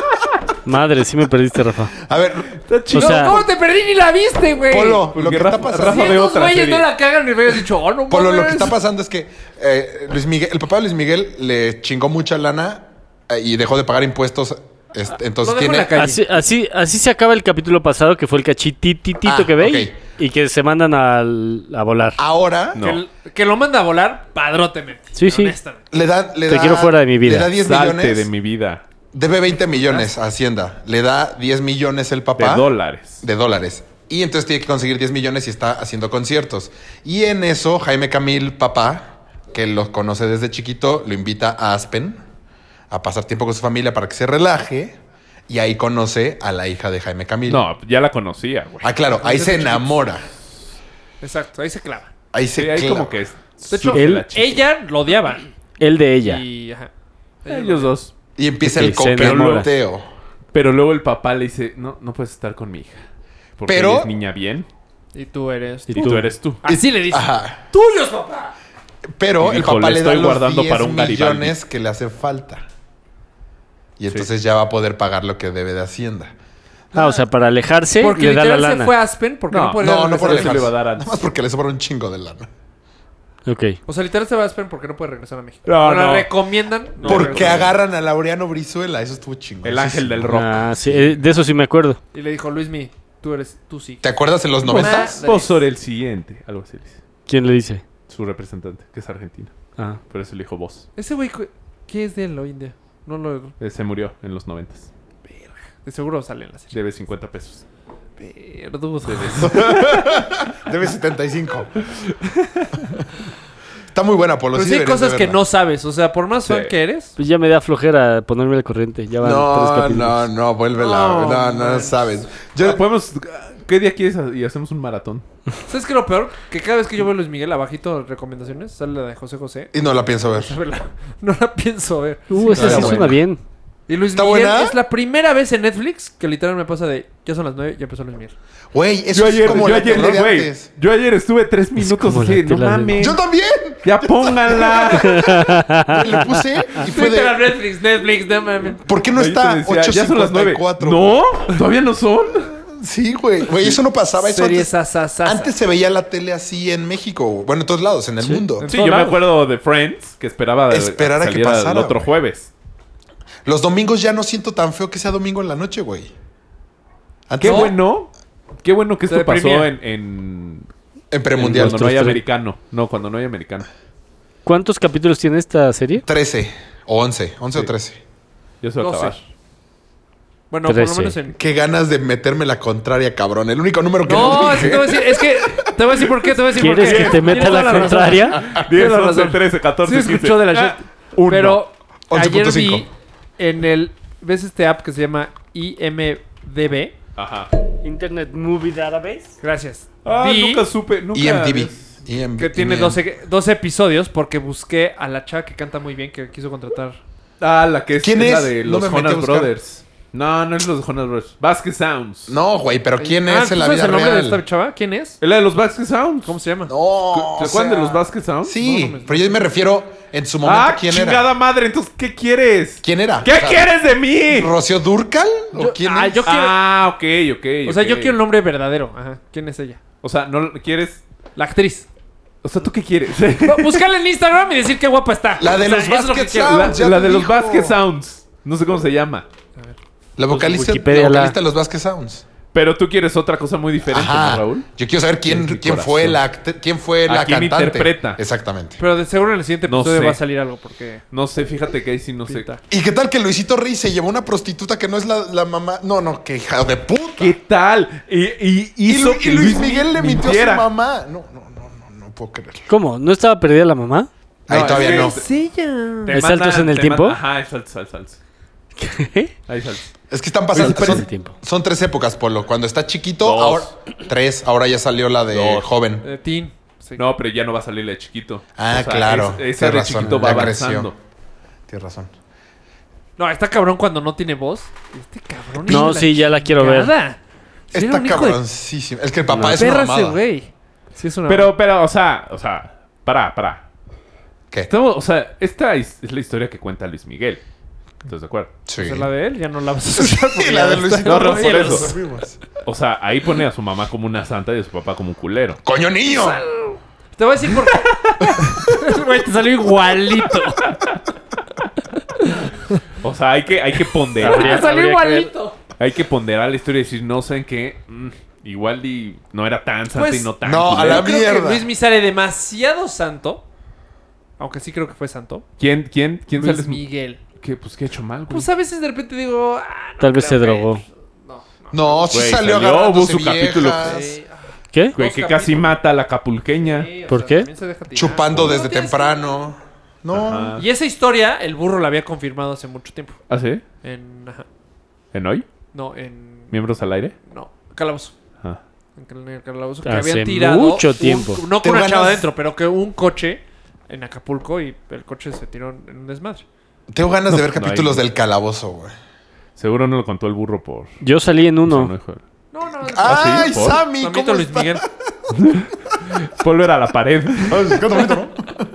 Madre, sí me perdiste, Rafa. A ver, Está chido. O sea- No, ¿cómo te perdí ni la viste, güey? Polo, Porque lo que Rafa- está pasando. Rafa Si ve estos otra güeyes serie. no la cagan y me hubieras dicho, oh, no Polo, lo que mames. está pasando es que eh, Luis Miguel, el papá de Luis Miguel le chingó mucha lana eh, y dejó de pagar impuestos. este, entonces Lo dejó en tiene. la calle. Así, así, así se acaba el capítulo pasado, que fue el cachititito Ah, que veis. ok. Y que se mandan al- a volar. Ahora No. Que, el- que lo manda a volar, padrotemente. Sí, sí. honestamente. le da. Le Te da- quiero fuera de mi vida. Le da diez Salte millones. de mi vida. Debe veinte millones a Hacienda. Le da diez millones el De papá. dólares. de dólares. Y entonces tiene que conseguir diez millones y está haciendo conciertos. Y en eso, Jaime Camil, papá, que lo conoce desde chiquito, lo invita a Aspen a pasar tiempo con su familia para que se relaje. Y ahí conoce a la hija de Jaime Camil. No, ya la conocía, güey. Ah, claro, ahí se enamora. Exacto, ahí se clava. Ahí se Sí, ahí clava. como que es. De hecho, surge él- la chispa. ella lo odiaba. El de ella. Y, ajá. Ellos dos. Y empieza Ok, el se enamora. coqueteo. Pero luego el papá le dice, no, no puedes estar con mi hija. Porque Pero- ella es niña bien Y tú eres. y tú. tú eres tú. Así le dice. Ajá. ¡Tuyos, papá! Pero Y el dijo, papá "Le le da estoy los guardando diez para un Garibaldi". millones que le hace falta. Y entonces ya va a poder pagar lo que debe de Hacienda. Ah, o sea, para alejarse, Porque le da la literal se lana. fue a Aspen porque no, No, puede No, no regresar por a eso México. le alejarse. iba a dar antes. Nada más porque le sobra un chingo de lana. Ok. O sea, literal se va a Aspen porque no puede regresar a México. No, Pero la no. recomiendan. no Porque regresar. agarran a Laureano Brizuela. Eso estuvo chingón. El ángel del rock. Ah, sí, eh, de eso sí me acuerdo. Y le dijo, Luismi, tú eres, tú sí. ¿Te acuerdas en los noventas? Madre. Vos sobre el siguiente. Algo así dice. ¿Quién le dice? Su representante, que es argentino. Ah. Por eso le dijo vos. Ese güey, cu- ¿qué es de él hoy en día? No lo... Eh, se murió en los noventas. De seguro sale en la serie. Debe cincuenta pesos. Perdudo. Debe setenta y cinco. Está muy buena, Polo. Pero sí sí hay deberías de cosas que verla. no sabes. O sea, por más Sí. fan que eres... Pues ya me da flojera ponerme al corriente. Ya van tres No, capítulos. no, no, vuélvela. No, No, no, man. sabes. Yo, Yo, podemos... ¿Qué día quieres ha- y hacemos un maratón? ¿Sabes qué es lo peor? Que cada vez que yo veo a Luis Miguel abajito recomendaciones, sale la de José José. y no la pienso ver. No la pienso ver. Uh, esa está sí buena. suena bien. Y Luis ¿Está Miguel buena? es la primera vez en Netflix que literal me pasa de... Ya son las nueve, ya empezó Luis Miguel. Güey, eso Yo es ayer, como yo la ayer, tele de güey, antes. yo ayer estuve tres minutos como la así, no tele de- mames. ¡Yo también! ¡Ya pónganla! Güey, le puse y fue Twitter a de... Netflix, Netflix, no mames. ¿Por qué no Yo te está decía, ya son las nueve. ocho cincuenta y cuatro? ¿No? ¿Todavía no son? Sí, güey. Güey, eso no pasaba. Eso Series antes, asasasas. antes se veía la tele así en México. Bueno, en todos lados, en el mundo. Sí, todos yo me lados. acuerdo de Friends, que esperaba de, Esperar a que saliera pasara, el otro güey. jueves. Los domingos ya no siento tan feo que sea domingo en la noche, güey. Qué Antes, bueno, qué bueno que Se esto pasó deprimía. en, en, En premundial. cuando no hay Tres. americano. No, cuando no hay americano. ¿Cuántos capítulos tiene esta serie? trece o once. once o Sí. trece. Yo se va a No acabar. sé. Bueno, por lo trece. menos en... Qué ganas de meterme la contraria, cabrón. El único número que No, no es que te voy a decir, es que te voy a decir por qué, te voy a decir por qué. ¿Quieres que te meta Tienes la toda razón. contraria? diez, Tienes once, razón. trece, catorce, Sí escuchó de la quince. shot. Ah, uno. Pero once ayer punto vi cinco. en el... ¿Ves este app que se llama I M D B? Ajá. Internet Movie Database. Gracias. Ah, Vi nunca supe. Nunca I M D B. es- I M- que tiene I M- doce, doce episodios porque busqué a la chava que canta muy bien que quiso contratar. Ah, la que es, ¿Quién es la es? de No los me metí a Jonas buscar. Brothers. No, no es los de Jonas Brothers. Basket Sounds. No, güey, pero ¿quién Ah, es ¿tú en la sabes vida el nombre real? de esta chava? ¿Quién es? ¿Es la de los Basket Sounds? ¿Cómo se llama? No. ¿Te o acuerdan de sea, los Basket Sounds? Sí, No, no me- pero yo me refiero en su momento Ah, quién chingada era. madre. Entonces, ¿qué quieres? ¿Quién era? ¿Qué O sea, quieres de mí? ¿Rocío Durcal? ¿O Yo- quién ah, es? yo quiero- Ah, ok, ok. O sea, ok. yo quiero el nombre verdadero. Ajá. ¿Quién es ella? O sea, no quieres. La actriz. O sea, ¿tú qué quieres? Buscarla en Instagram y decir qué guapa está. La de O sea, los eso es lo que Basket quiero. Sounds. la ya la te de los dijo. Basket Sounds. No sé cómo se llama. La vocalista, Wikipedia la la- vocalista de los Basket Sounds. Pero tú quieres otra cosa muy diferente, Ajá. ¿no, Raúl? Yo quiero saber quién, Qué quién corazón. fue la act- quién fue ¿A la quién cantante. interpreta? Exactamente. Pero de seguro en el siguiente No episodio sé. va a salir algo porque... No sé, fíjate que ahí sí no sé. pinta. ¿Y qué tal que Luisito Rey se llevó una prostituta que no es la, la mamá? No, no, que hija de puta. ¿Qué tal? Y, y Y, hizo Lu- que y Luis Miguel le mintió a mintiera. su mamá. No, no, no, no, no puedo creerlo. ¿Cómo? ¿No estaba perdida la mamá? Ahí No, todavía es que- no. Es ella. Te ¿Hay saltos en el te tiempo? manda- Ajá, hay saltos, hay saltos. ¿Qué? Hay saltos. Es que están pasando. Pues, son, el tiempo. son tres épocas, Polo. Cuando está chiquito, Dos. ahora. Tres. Ahora ya salió la de Dos. joven. De teen. Sí. No, pero ya no va a salir la de chiquito. Ah, claro. es- esa Tienes de razón, chiquito va ya creció. avanzando. Tienes razón. No, está cabrón cuando no tiene voz. Este cabrón. No, hijo de sí, ya la quiero ver. chingada. Sí, era Está un hijo de cabroncísimo. Es que el papá No. es una perra ese mamada. güey. Sí, es una... Pero, pero, o sea, o sea, pará, pará. ¿Qué? Estamos, o sea, esta es, es la historia que cuenta Luis Miguel. ¿Estás de acuerdo? Sí. Pues la de él ya no la vas a escuchar. porque Y la ya de está- Luisito No, no, Rey, por ya eso. lo sabemos. O sea, ahí pone a su mamá como una santa y a su papá como un culero. ¡Coño niño! Te voy a decir por qué. Güey, te salió igualito. O sea, hay que, hay que ponderar. Habría- Te salió habría que ver. igualito. Hay que ponderar la historia y decir, no sé en qué. mm, igual y no era tan santa Pues, y no tan no, a culero. la Yo creo que mierda. Luis Mi sale demasiado santo. Aunque sí creo que fue santo. ¿Quién, quién, quién Luis sale? Miguel. ¿Qué, pues, ¿qué he hecho mal, güey? Pues a veces de repente digo... ah, no Tal vez se creo que- drogó. No, no. No, sí Güey, salió, salió, agarrándose hubo su capítulo. viejas, Sí, ah, ¿Qué? Güey, dos que casi capítulos. mata a la capulqueña. sí, o ¿Por sea, qué? también se deja tirar. chupando No, desde tienes- temprano. No. Ajá. Y esa historia, el burro la había confirmado hace mucho tiempo. ¿Ah, sí? En... Ajá. ¿En hoy? No, en... ¿Miembros al aire? No, Calabozo. Ah. En cal- en el calabozo. Que Hace habían tirado... mucho un- tiempo. no Te con una ganas- chava adentro, pero que un coche en Acapulco y el coche se tiró en un desmadre. Tengo ganas de ver no capítulos hay- del calabozo, güey. Seguro no lo contó el burro por... Yo salí en o sea, no uno. dijo- No, no. ¿Ah, ¡Ay, sí? ¿Por? Sammy! Mamito ¿Cómo Luis está? Miguel. Volver a la pared. Qué bonito, ¿no?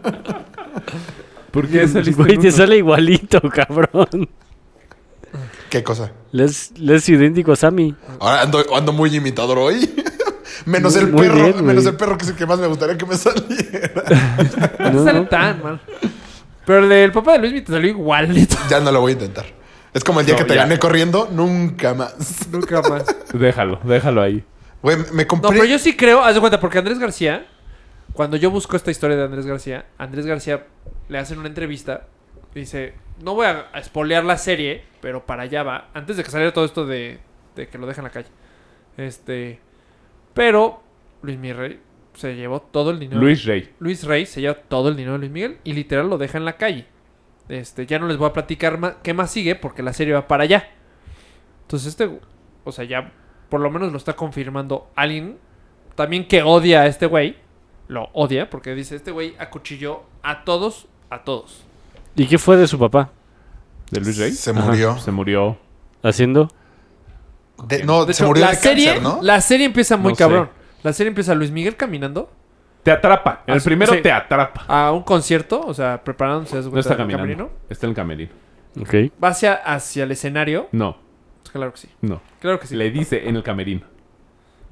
¿Por qué saliste Güey, en te uno? sale igualito, cabrón. ¿Qué cosa? Le es, le es idéntico a Sammy. Ahora ando, ando muy imitador hoy. Menos el Muy perro, bien, menos güey. el perro que es el que más me gustaría que me saliera. No No, sale no. tan mal. Pero el del papá de Luis Miguel te salió igualito. Ya no lo voy a intentar. Es como el día No, que te ya. gané corriendo, nunca más. Nunca más. Déjalo, déjalo ahí. Güey, me No, compré. pero yo sí creo, haz de cuenta, porque Andrés García, cuando yo busco esta historia de Andrés García, Andrés García le hacen una entrevista y dice, no voy a, a spoilear la serie, pero para allá va, antes de que saliera todo esto de, de que lo dejan en la calle. Este, pero Luis Miguel se llevó todo el dinero. Luis Rey. Luis Rey se lleva todo el dinero de Luis Miguel y literal lo deja en la calle. Este, ya no les voy a platicar más, qué más sigue porque la serie va para allá. Entonces este, o sea, ya por lo menos lo está confirmando alguien también que odia a este güey. Lo odia porque dice, este güey acuchilló a todos, a todos. ¿Y qué fue de su papá? ¿De Luis Rey? Se Ajá. murió. Se murió. ¿Haciendo? De- no, De se hecho, murió la de serie, cáncer, ¿no? la serie empieza muy No sé. cabrón. La serie empieza Luis Miguel caminando Te atrapa. En el Ah, primero sí. te atrapa. a un concierto, o sea, preparándose. haz de No cuenta, está en el caminando. camerino. Está en el camerino. Ok. Va hacia, hacia el escenario. No, Claro que sí. no. Claro que sí. Le dice en el camerino.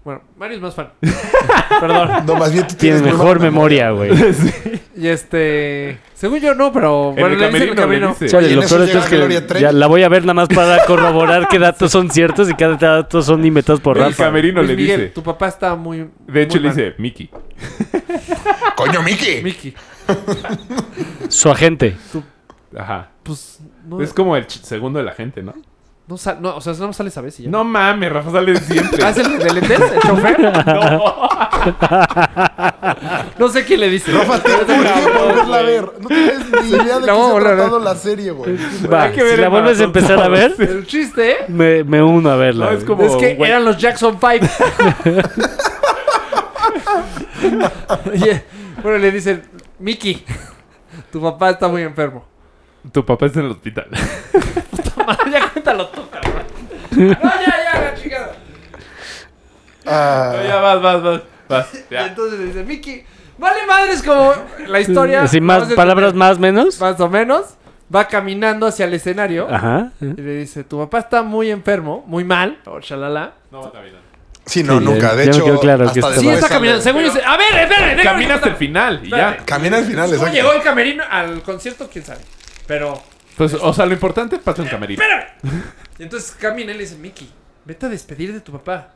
Bueno, Mario es más fan. Perdón. No, más bien tú Tienes tienes mejor memoria, güey. Y este... Según yo no, pero... En Bueno, el le dice en el camerino le camerino. dice. Chale, Y en lo eso peor de todo es llega Gloria que Trevi. ya la voy a ver nada más para corroborar qué datos son ciertos y qué datos son inventados por El Rafa. camerino Luis le Miguel, dice. tu papá está muy... De hecho, muy le mal. dice Mickey. ¡Coño, Mickey! Mickey. Su agente. Ajá. Pues... No, Es como el ch- segundo de la gente, ¿no? no, sa- no, o sea, no sale esa vez y ya. No mames, Rafa sale siempre. ¿Ah, es el de lentes? ¿El chofer? No. No sé quién le dice. Rafa, tienes que volverla a ver. No tienes ni idea de La qué voy a se ha volver a ver. tratado la serie, güey. Va, Hay que ver si el la vuelves a maratón empezar a ver, todos. El chiste me, me uno a verla. No, es güey. como- es que güey. eran los Jackson Five. Y, eh, bueno, le dicen, Mickey, tu papá está muy enfermo. Tu papá está en el hospital. Ya cuéntalo tú, cabrón. No, ya, ya, la chingada. Ah, No, ya vas, vas, vas. vas. Y Ya. entonces le dice, Mickey, vale madres como la historia. Así la más, vas a palabras entender. más menos. Más o menos. Va caminando hacia el escenario. Ajá. Y le dice, tu papá está muy enfermo, muy mal. O shalala. No va a caminar. sí, no, Sí, nunca. ya- De ya me hecho, quedó claro que hasta está Sí, después está sale- caminando. Según yo, dice, a ver, espérame, déjame Camina hasta el contar". final y ya. Espérate. Camina al final, ¿Cómo exacto. llegó el camerino al concierto? ¿Quién sabe? Pero, Pues, o sea, lo importante pasa en camerino. espérame. Y entonces camina y le dice, Mickey, vete a despedir de tu papá.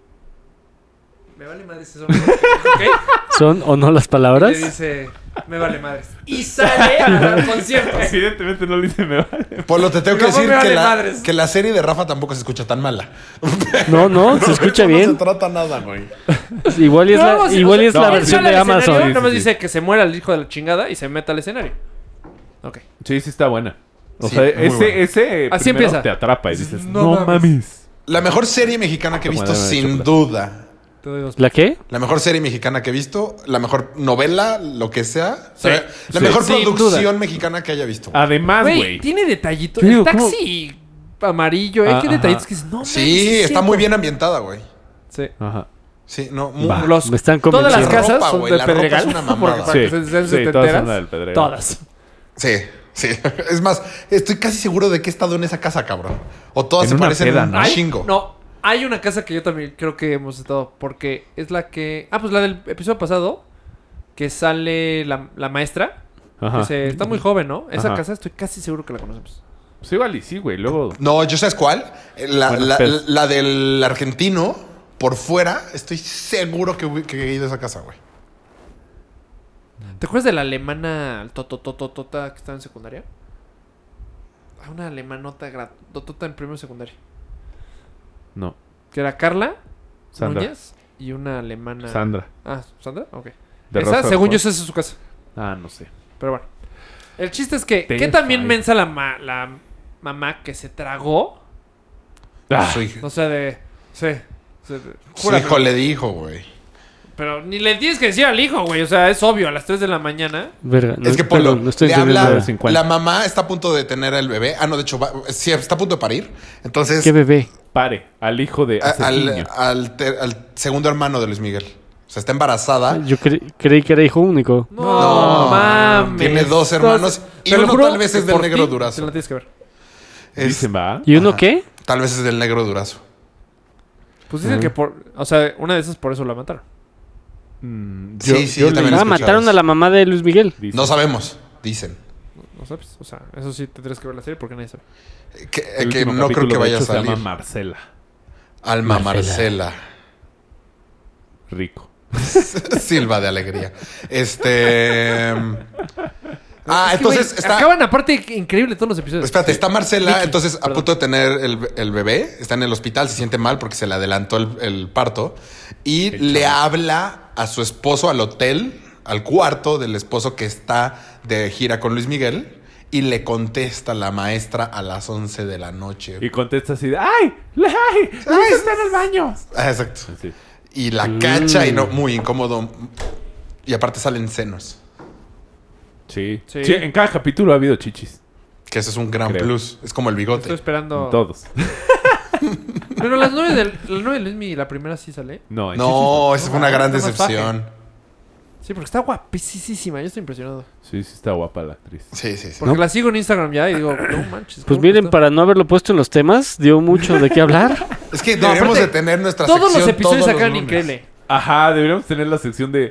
Me vale madres eso. ¿Ok? ¿Son o no las Y palabras? le dice, me vale madres. Y sale al concierto. Evidentemente no le dice me vale. Polo, te tengo que Mi mamá decir me que vale la, madres. que la serie de Rafa tampoco se escucha tan mala. No, no, se escucha No bien. se trata nada, güey. Igual y es No, la, o sea, igual y o es sea, la no, versión sale de al escenario, Amazon. Sí, Nada más sí. dice que se muera el hijo de la chingada y se meta al escenario. Ok. Sí, sí está buena. O Sí, sea, muy ese, buena. ese Así primero empieza. te atrapa y dices, No no, mames". mames. La mejor serie mexicana que he Como visto, debe de sin chocolate. duda. Te doy dos. ¿La qué? La mejor serie mexicana que he visto, la mejor novela, lo que sea. Sí, la sí, mejor sin producción mexicana que haya visto. Además, Güey, güey. tiene detallitos. Yo digo, El ¿cómo? taxi amarillo, ¿eh? Ah, ¿Qué ajá. detallitos que dices? No, mames, Sí, es está cierto. muy bien ambientada, güey. Sí. Ajá. Sí, no, muy, Va, Los- me están Todas las convenciendo. La casas ropa, son güey, de la ropa Pedregal. es una mamada. Porque para Sí, que se sean sí, todas setenteras. son del Pedregal. Todas. Sí, sí. Es más, estoy casi seguro de que he estado en esa casa, cabrón. O todas En se una parecen peda, un ¿no? Hay- chingo. No, hay una casa que yo también creo que hemos estado. Porque es la que. Ah, pues la del episodio pasado. Que sale la, la maestra. Ajá. Que se, está muy joven, ¿no? Esa Ajá. casa estoy casi seguro que la conocemos. Pues igual y sí, güey. Luego... No, ¿yo sabes cuál? La, Buenas la- pedas. la del argentino, por fuera, estoy seguro que, hubi- que he ido a esa casa, güey. ¿Te acuerdas de la alemana totototota que estaba en secundaria? Ah, una alemanota grandotota en primero de secundaria. No. Que era Carla Sandra. Núñez y una alemana. Sandra. Ah, ¿Sandra? Ok. De Esa, Rosa según yo, Juárez. esa es su casa. Ah, no sé. Pero bueno. El chiste es que, Ten ¿qué también five. mensa la, ma- la mamá que se tragó? Ah, Su, hij- O sea, de. Sí. sí, de- su jura, hijo pero, le dijo, güey. pero ni le tienes que decir al hijo, güey. O sea, es obvio, a las tres de la mañana. Verga, no, Es que perdón, Polo, no estoy le entendiendo habla, nada. cincuenta. la mamá está a punto de tener el bebé. Ah, no, de hecho, va- sí, está a punto de parir. Entonces, ¿Qué bebé? pare. Al hijo de a- al, Acequiño. al ter- al segundo hermano de Luis Miguel. O sea, está embarazada. Yo cre- creí que era hijo único. No, No, mames. tiene dos hermanos y te lo uno juro tal vez que es del por negro ti Durazo. te la tienes que ver. Es- Dicen, va. ¿Y uno Ajá. qué? Tal vez es del negro Durazo. Pues dicen Ajá. que por. O sea, una de esas por eso la mataron. Mm, Sí, sí, yo leí- también Ah, escuchado mataron eso. a la mamá de Luis Miguel. Dicen. No sabemos, dicen. No sabes. O sea, eso sí tendrías que ver la serie porque nadie sabe. Que, El que último no creo capítulo, que de vaya a hecho, se salir. llama Marcela. Alma Marcela. Marcela. Rico. Silva de alegría. Este. Ah, Es que, güey, entonces está. Acaban aparte increíble todos los episodios. Espérate, está Marcela, Vicky, entonces a perdón. punto de tener el, el bebé, está en el hospital, se siente mal porque se le adelantó el, el parto y Qué le chavo. habla a su esposo al hotel, al cuarto del esposo que está de gira con Luis Miguel y le contesta la maestra a las once de la noche. Y contesta así de, ¡ay! ¡Ay! ¡Luis está en el baño! Ah, exacto. Sí. Y la cacha y no, muy incómodo. Y aparte salen senos, Sí. Sí. Sí, en cada capítulo ha habido chichis. que eso es un gran Creo. plus. Es como el bigote. Estoy esperando. En todos. Pero las nueve del, las nueve de Luis Miguel, la primera sí sale. No, en No, esa No, fue una gran nada más decepción. Sí, porque está guapísima. Yo estoy impresionado. chichis. Sí, sí está guapa la actriz. Sí, sí, sí. Porque la sigo en Instagram ya y digo, no manches. Pues ¿cómo miren, está? para no haberlo puesto en los temas, dio mucho de qué hablar. Es que No, deberíamos aparte, de tener nuestra Todos sección los episodios todos los sacan lunes. increíble. Ajá, deberíamos tener la sección de...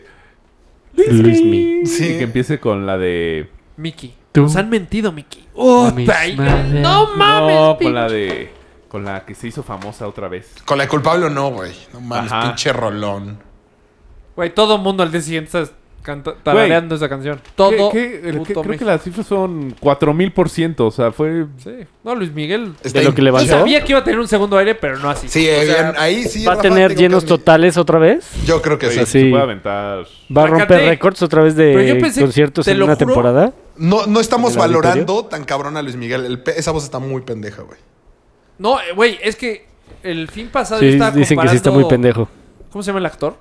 Luismi. Sí. Y que empiece con la de... Mickey. Tú. Nos han mentido, Mickey. ¡Oh, misma de- no mames! No, con pinche- la de... Con la que se hizo famosa otra vez. Con la de culpable o no, güey. No mames, Ajá. pinche rolón. Güey, todo el mundo al día siguiente está canta- tarareando esa canción. Todo. ¿Qué- qué- el- puto qué- creo que México. las cifras son cuatro mil por ciento. O sea, fue... Sí. No, Luis Miguel. Está De lo que in- le Yo ¿Levantó? sabía que iba a tener un segundo aire, pero no así. Sí, O eh, sea, bien. Ahí sí. ¿Va a Rafa, tener tengo llenos que- totales otra vez? Yo creo que Güey, sí. Sí. se puede aventar... ¿Va a La romper canté. récords otra vez Pero yo de pensé- conciertos te en lo una juro. temporada? No, no estamos ¿En el auditorio? valorando tan cabrón a Luis Miguel. El pe- esa voz está muy pendeja, güey. No, eh, güey, es que el fin pasado yo Sí, estaba dicen que sí está muy comparando- pendejo. ¿Cómo se llama el actor?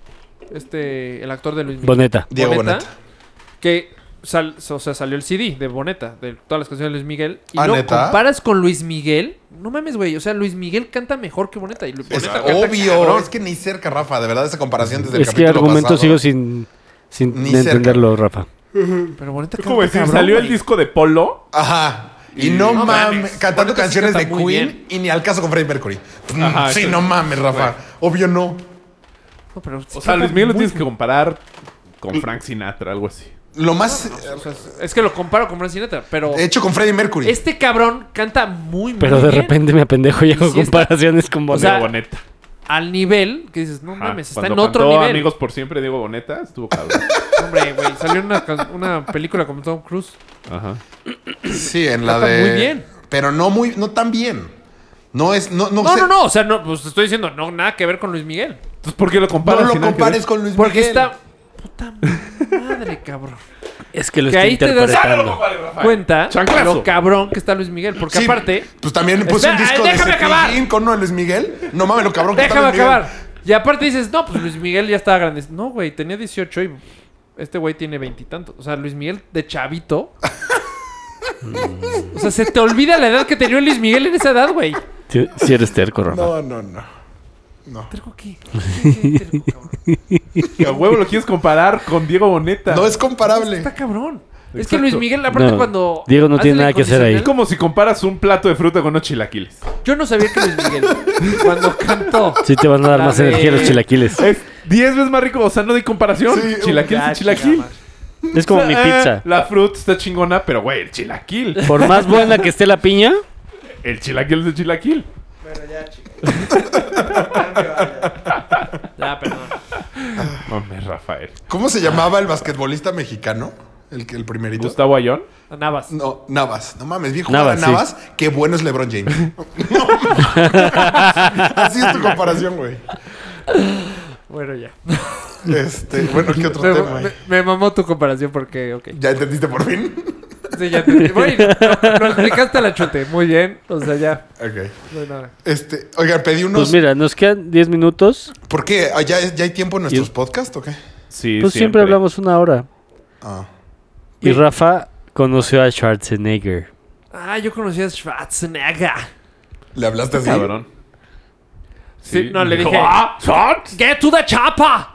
Este, el actor de Luis Miguel. Boneta. Diego Boneta. Que sal- o sea, salió el C D de Boneta, de todas las canciones de Luis Miguel. Y Ah, lo ¿neta? comparas con Luis Miguel. No mames, güey. O sea, Luis Miguel canta mejor que Boneta. Y Lu- Es Boneta canta obvio. cabrón. Es que ni cerca, Rafa. De verdad, esa comparación desde el Es que capítulo argumento pasado. sigo sin, sin Ni entenderlo, Rafa. Pero Boneta Es canta como decir, cabrón, salió el güey. disco de Polo. Ajá. Y Y- no, No mames, mames. cantando Boneta sí canciones canta de muy Queen bien. y ni al caso con Freddie Mercury. Mm, Ajá, sí, eso- no mames, Rafa. Obvio no. No, pero sí O sea, canta Luis Miguel lo muy tienes que comparar con Frank Sinatra, algo así. Lo más. O sea, es que lo comparo con Frank Sinatra, pero De hecho, con Freddie Mercury. este cabrón canta muy, muy Pero de bien. repente me apendejo y hago sí está- comparaciones con O sea, Boneta. Diego Boneta. Al nivel que dices, no Ajá, mames, está cuando en otro cantó nivel. Amigos por Siempre, Diego Boneta, estuvo cabrón. Hombre, güey, salió una, can- una película con Tom Cruise. Ajá. Sí, en la Canta de. muy bien. Pero no muy, no tan bien. No es, no, no, No, sé- no, no, o sea, no, pues estoy diciendo, no, nada que ver con Luis Miguel. Entonces, ¿por qué lo No comparas? lo sin nada que compares ver? con Luis Porque Miguel. está. Puta madre, cabrón. Es que lo Que estoy ahí te das- interpretando. Cuenta Chanclazo. lo cabrón que está Luis Miguel. Porque Sí, aparte, Pues también puse un Espera, disco de déjame acabar. Cepillín con uno de Luis Miguel. No mames, lo cabrón que déjame está Luis Miguel. acabar. Y aparte dices, no, pues Luis Miguel ya estaba grande. No, güey, tenía dieciocho y este güey tiene veintitantos. O sea, Luis Miguel de chavito. O sea, se te olvida la edad que tenía Luis Miguel en esa edad, güey. Si, si eres terco, Rafa. No, no, no. ¿Terco qué? ¿Qué terco, cabrón? Que a huevo lo quieres comparar con Diego Boneta. No es comparable. Está cabrón. Es Exacto. que Luis Miguel, aparte No, cuando... Diego no hace tiene la nada que hacer ahí. Es como si comparas un plato de fruta con unos chilaquiles. Yo no sabía que Luis Miguel, cuando cantó... Sí te van a dar La más de- energía los chilaquiles. Es diez veces más rico, o sea, no hay comparación. Sí, chilaquiles Ya, y chilaquil. chingada madre. Es como mi Eh, pizza. La fruta está chingona, pero güey, el chilaquil. Por más buena que esté la piña, El chilaquil es el chilaquil. Bueno, ya, chicos. Ya, perdón. Mames, Rafael. ¿Cómo se llamaba el basquetbolista mexicano? El, que- el primerito. Gustavo Ayón. Navas. No, Navas. No mames, viejo Navas, Navas. sí. Navas. Qué bueno es LeBron James. No, así es tu comparación, güey. Bueno, ya. Este, bueno, ¿qué otro Me, tema? me- me mamó tu comparación porque, ok. ¿Ya entendiste por fin? Sí, ya te... Bueno, lo, lo explicaste a la chute. Muy bien. O sea, ya. Ok. No hay nada. Este, oigan, pedí unos. pues mira, nos quedan diez minutos. ¿Por qué? ¿Ah, ¿Ya, ¿Ya hay tiempo en nuestros Y- podcasts o qué? Sí, Pues siempre hablamos una hora. Ah. Y Rafa conoció a Schwarzenegger. Ah, yo conocí a Schwarzenegger. ¿Le hablaste así? Cabrón. Sí, no, le Dijo, dije... "Ah, Schwartz". ¡Get to the chapa!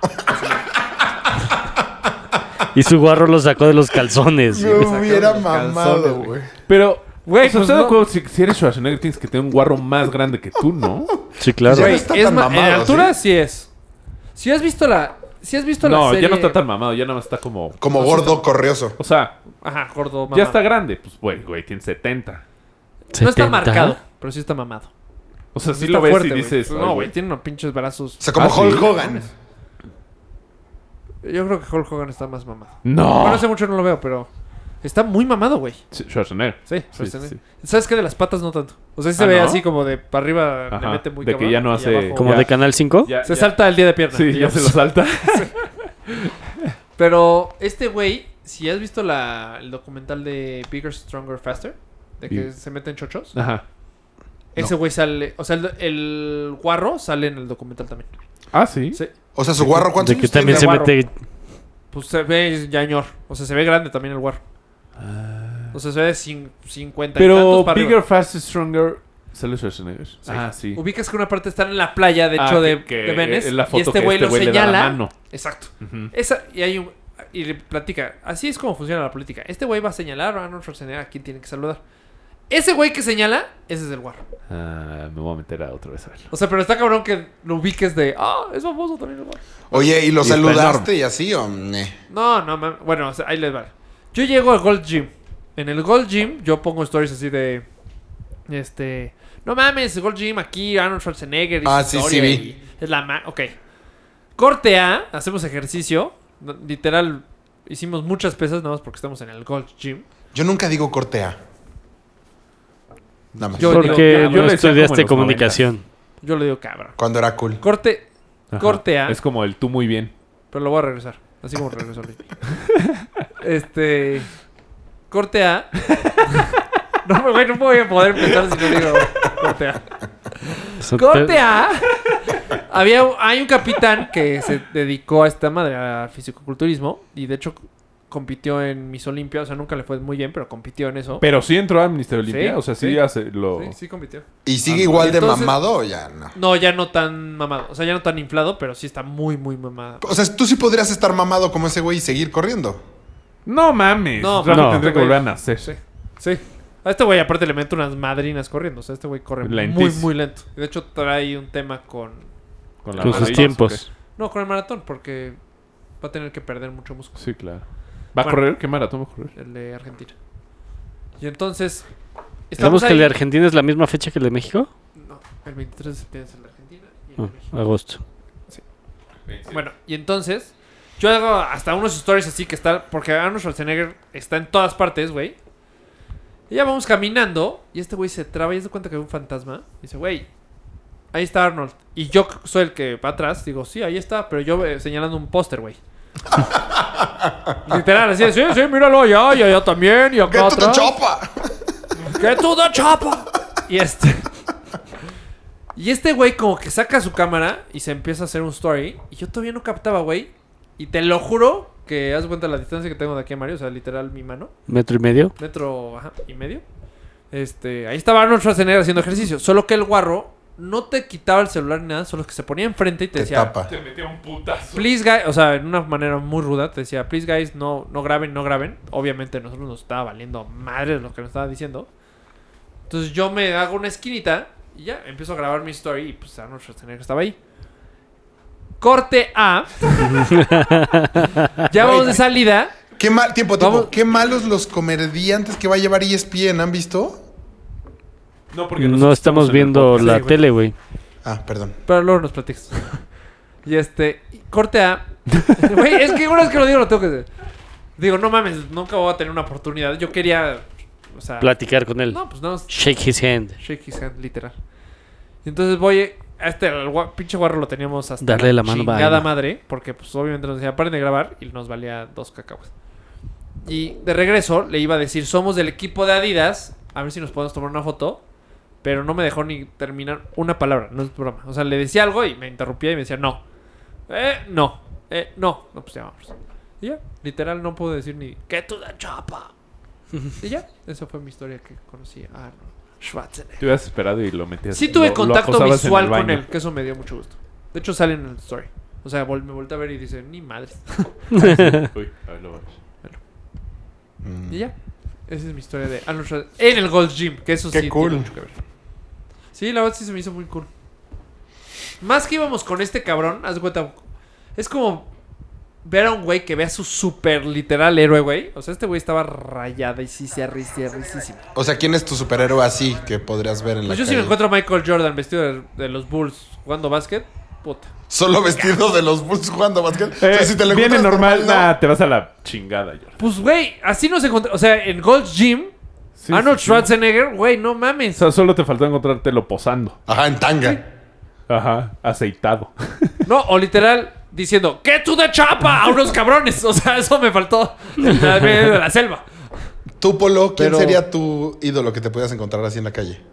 Y su guarro lo sacó de los calzones. Me hubiera los mamado, calzones, güey. Pero, Güey, o sea, pues ¿estás de no. acuerdo? Si, si eres Schwarzenegger, tienes que tener un guarro más grande que tú, ¿no? Sí, claro. Ya Güey, está es tan ma- mamado, en altura ¿sí? sí es. Si has visto la... Si has visto la No, serie... ya no está tan mamado, ya nada más está como... Como gordo corrioso. O sea, Ajá, gordo, mamado. ya está grande. Pues, güey, güey, tiene setenta. No está setenta. marcado, pero sí está mamado. O sea, sí Sí lo está ves fuerte, y güey. dices... No, "Ay, güey, tiene unos pinches brazos. O sea, como ¿Ah, Hulk sí? Hogan. Yo creo que Hulk Hogan está más mamado. No. Bueno, hace mucho no lo veo, pero... Está muy mamado, güey. Sí, Schwarzenegger. Sí, Sí, Schwarzenegger. sí. ¿Sabes qué? De las patas no tanto. O sea, sí se ¿Ah, ve no? así como de para arriba le Ajá, mete muy de que cabrón, ya no y hace- abajo- Como Ya. de Canal cinco. Ya- Se ya- salta el día de pierna. Sí, ya digamos. se lo salta. Pero este güey, si has visto la, el documental de Bigger, Stronger, Faster, de que Sí. se meten chochos, Ajá. ese güey sale, o sea, el, el guarro sale en el documental también. Ah, sí. Sí. O sea, su guarro, ¿cuántos De que años también tiene? se guarro. mete. Pues se ve yañor, o sea, se ve grande también el guarro. O sea, se ve de cin- cincuenta y Pero tantos para Bigger, arriba. Faster, Stronger... ¿Sale Schwarzenegger? Sí. Ah, sí. Ubicas que una parte está en la playa, de Ah, hecho, que- de, que de Venice, es la foto y este que güey este lo güey le da la señala. mano. Exacto. Ujú. Esa, y hay un... Y le platica, así es como funciona la política. Este güey va a señalar a Arnold Schwarzenegger a quien tiene que saludar. Ese güey que señala, ese es el Guarro. Ah, me voy a meter a otra vez a verlo. O sea, pero está cabrón que lo ubiques de... Ah, es famoso también el Guarro. Oye, ¿y lo Y está saludaste y así o...? Meh? No, no, man. Bueno, o sea, ahí les va. Yo llego al Gold Gym. En el Gold Gym yo pongo stories así de... Este... No mames, Gold Gym aquí, Arnold Schwarzenegger. Ah, hizo sí, historia sí vi. y Es la ma... Ok. Corte A, hacemos ejercicio. No, literal, hicimos muchas pesas nada más porque estamos en el Gold Gym. Yo nunca digo corte A. Nada más. Yo- Porque digo, no yo le decía como estudiaste en los comunicación. Yo le digo cabrón. Cuando era cool. Corte... Ajá. Corte A. Es como el tú muy bien. Pero lo voy a regresar. Así como regresó Luis. Este... Corte A. No, güey, no voy a poder empezar si no digo corte A. Eso te- Corte A. Había, hay un capitán que se dedicó a esta madre, al fisicoculturismo. Y de hecho compitió en Miss Olimpia. O sea, nunca le fue muy bien, pero compitió en eso. Pero sí entró a Ministerio Sí, Olimpia. O sea, sí, sí. hace lo... Sí, sí compitió. ¿Y sigue Ah, igual de entonces- mamado o ya no? No, ya no tan mamado. O sea, ya no tan inflado, pero sí está muy, muy mamado. O sea, tú sí podrías estar mamado como ese güey y seguir corriendo. No mames. No, Rafa no. tendría que Güey. volver a nacer. Sí. Sí. A este güey aparte le mete unas madrinas corriendo. O sea, este güey corre muy, Lentísimo. muy lento. De hecho, trae un tema con... Con, la Con sus maravilla, tiempos. No, con el maratón, porque va a tener que perder mucho músculo. ok. Sí, claro. ¿Va a Bueno. correr? ¿Qué maratón va a correr? El de Argentina. Y entonces... ¿Sabemos que el de ahí- Argentina es la misma fecha que el de México? No, el veintitrés de septiembre es el de Argentina y el de Ah, México. agosto. Bueno, y entonces... Yo hago hasta unos stories así que está... Porque Arnold Schwarzenegger está en todas partes, güey. Y ya vamos caminando y este güey se traba y se da cuenta que ve un fantasma. Y dice, güey, ahí está Arnold. Y yo soy el que va atrás. Digo, sí, ahí está. Pero yo eh, señalando un póster, güey. Literal, así de, sí, sí, míralo allá y allá también. Y acá ¡Get to the atrás. chopa! ¡Get to the chopper! Y este... Y este güey como que saca su cámara y se empieza a hacer un story. Y yo todavía no captaba, güey. Y te lo juro que haz cuenta la distancia que tengo de aquí a Mario. O sea, literal mi mano. ¿Metro y medio? Metro ajá, y medio. Este, ahí estaba Arnold Schwarzenegger haciendo ejercicio. Solo que el guarro no te quitaba el celular ni nada. Solo que se ponía enfrente y te, Te decía... tapa. Te metió un putazo. Please guys, o sea, en una manera muy ruda te decía, please guys, no, no graben, no graben. Obviamente nosotros nos estaba valiendo madre lo que nos estaba diciendo. Entonces yo me hago una esquinita y ya, empiezo a grabar mi story y pues Arnold Schwarzenegger estaba ahí. Corte A. Ya vamos de salida. Qué mal, tiempo, tiempo. Vamos. Qué malos los comediantes que va a llevar E S P N, ¿han visto? No, porque No nosotros estamos en el viendo podcast. la Sí, güey. tele, güey. Ah, perdón. Pero luego nos platicas. Y este, corte A. Güey, es que una vez que lo digo lo tengo que decir. Digo, no mames, nunca voy a tener una oportunidad. Yo quería, o sea... Platicar con él. No, pues no, Shake his hand. shake his hand, literal. Y entonces voy a este el gua- pinche guarro lo teníamos hasta Darle la mano, chingada vaina. madre, porque pues obviamente nos decía, paren de grabar y nos valía dos cacahuas. Y de regreso le iba a decir, somos del equipo de Adidas, a ver si nos podemos tomar una foto, pero no me dejó ni terminar una palabra, no es broma. O sea, le decía algo y me interrumpía y me decía, no. Eh, no. Eh, no. No, pues ya vamos. Y ya, literal no puedo decir ni, get to the chopper. Y ya, esa fue mi historia que conocí a Arnold Schwarzenegger. Te hubieras esperado y lo metías. Sí tuve lo- lo contacto acosabas en visual el con baño. él, que eso me dio mucho gusto. De hecho sale en el story. O sea, vol- me volteé a ver y dice, ni madre. Uy, a ver, lo vamos. Mm. Y ya. Esa es mi historia de Arnold Schwarzenegger en el Gold Gym, que eso Qué sí cool. tiene mucho que ver. Sí, la verdad sí se me hizo muy cool. Más que íbamos con este cabrón, haz de cuenta. Es como ver a un güey que vea su super literal héroe, güey. O sea, este güey estaba rayada y sí se arrisísimo. O sea, ¿quién es tu superhéroe así que podrías ver en la Pues yo si calle? me encuentro a Michael Jordan vestido de, de los Bulls jugando básquet, puta. Solo vestido de los Bulls jugando básquet. O sea, Eh, si te lo viene encuentras normal, ¿no? nah, te vas a la chingada, Jordan. Pues, güey, así nos encontramos. O sea, en Gold's Gym, Sí, Arnold sí, sí. Schwarzenegger, güey, no O mames. sea, solo te faltó encontrártelo posando. Ajá, en tanga. Ajá, aceitado. No, o literal diciendo, ¿qué tú de chapa? A unos cabrones. O sea, eso me faltó en la- en medio de la selva. Tú, Polo, ¿quién Pero- sería tu ídolo que te pudieras encontrar así en la calle?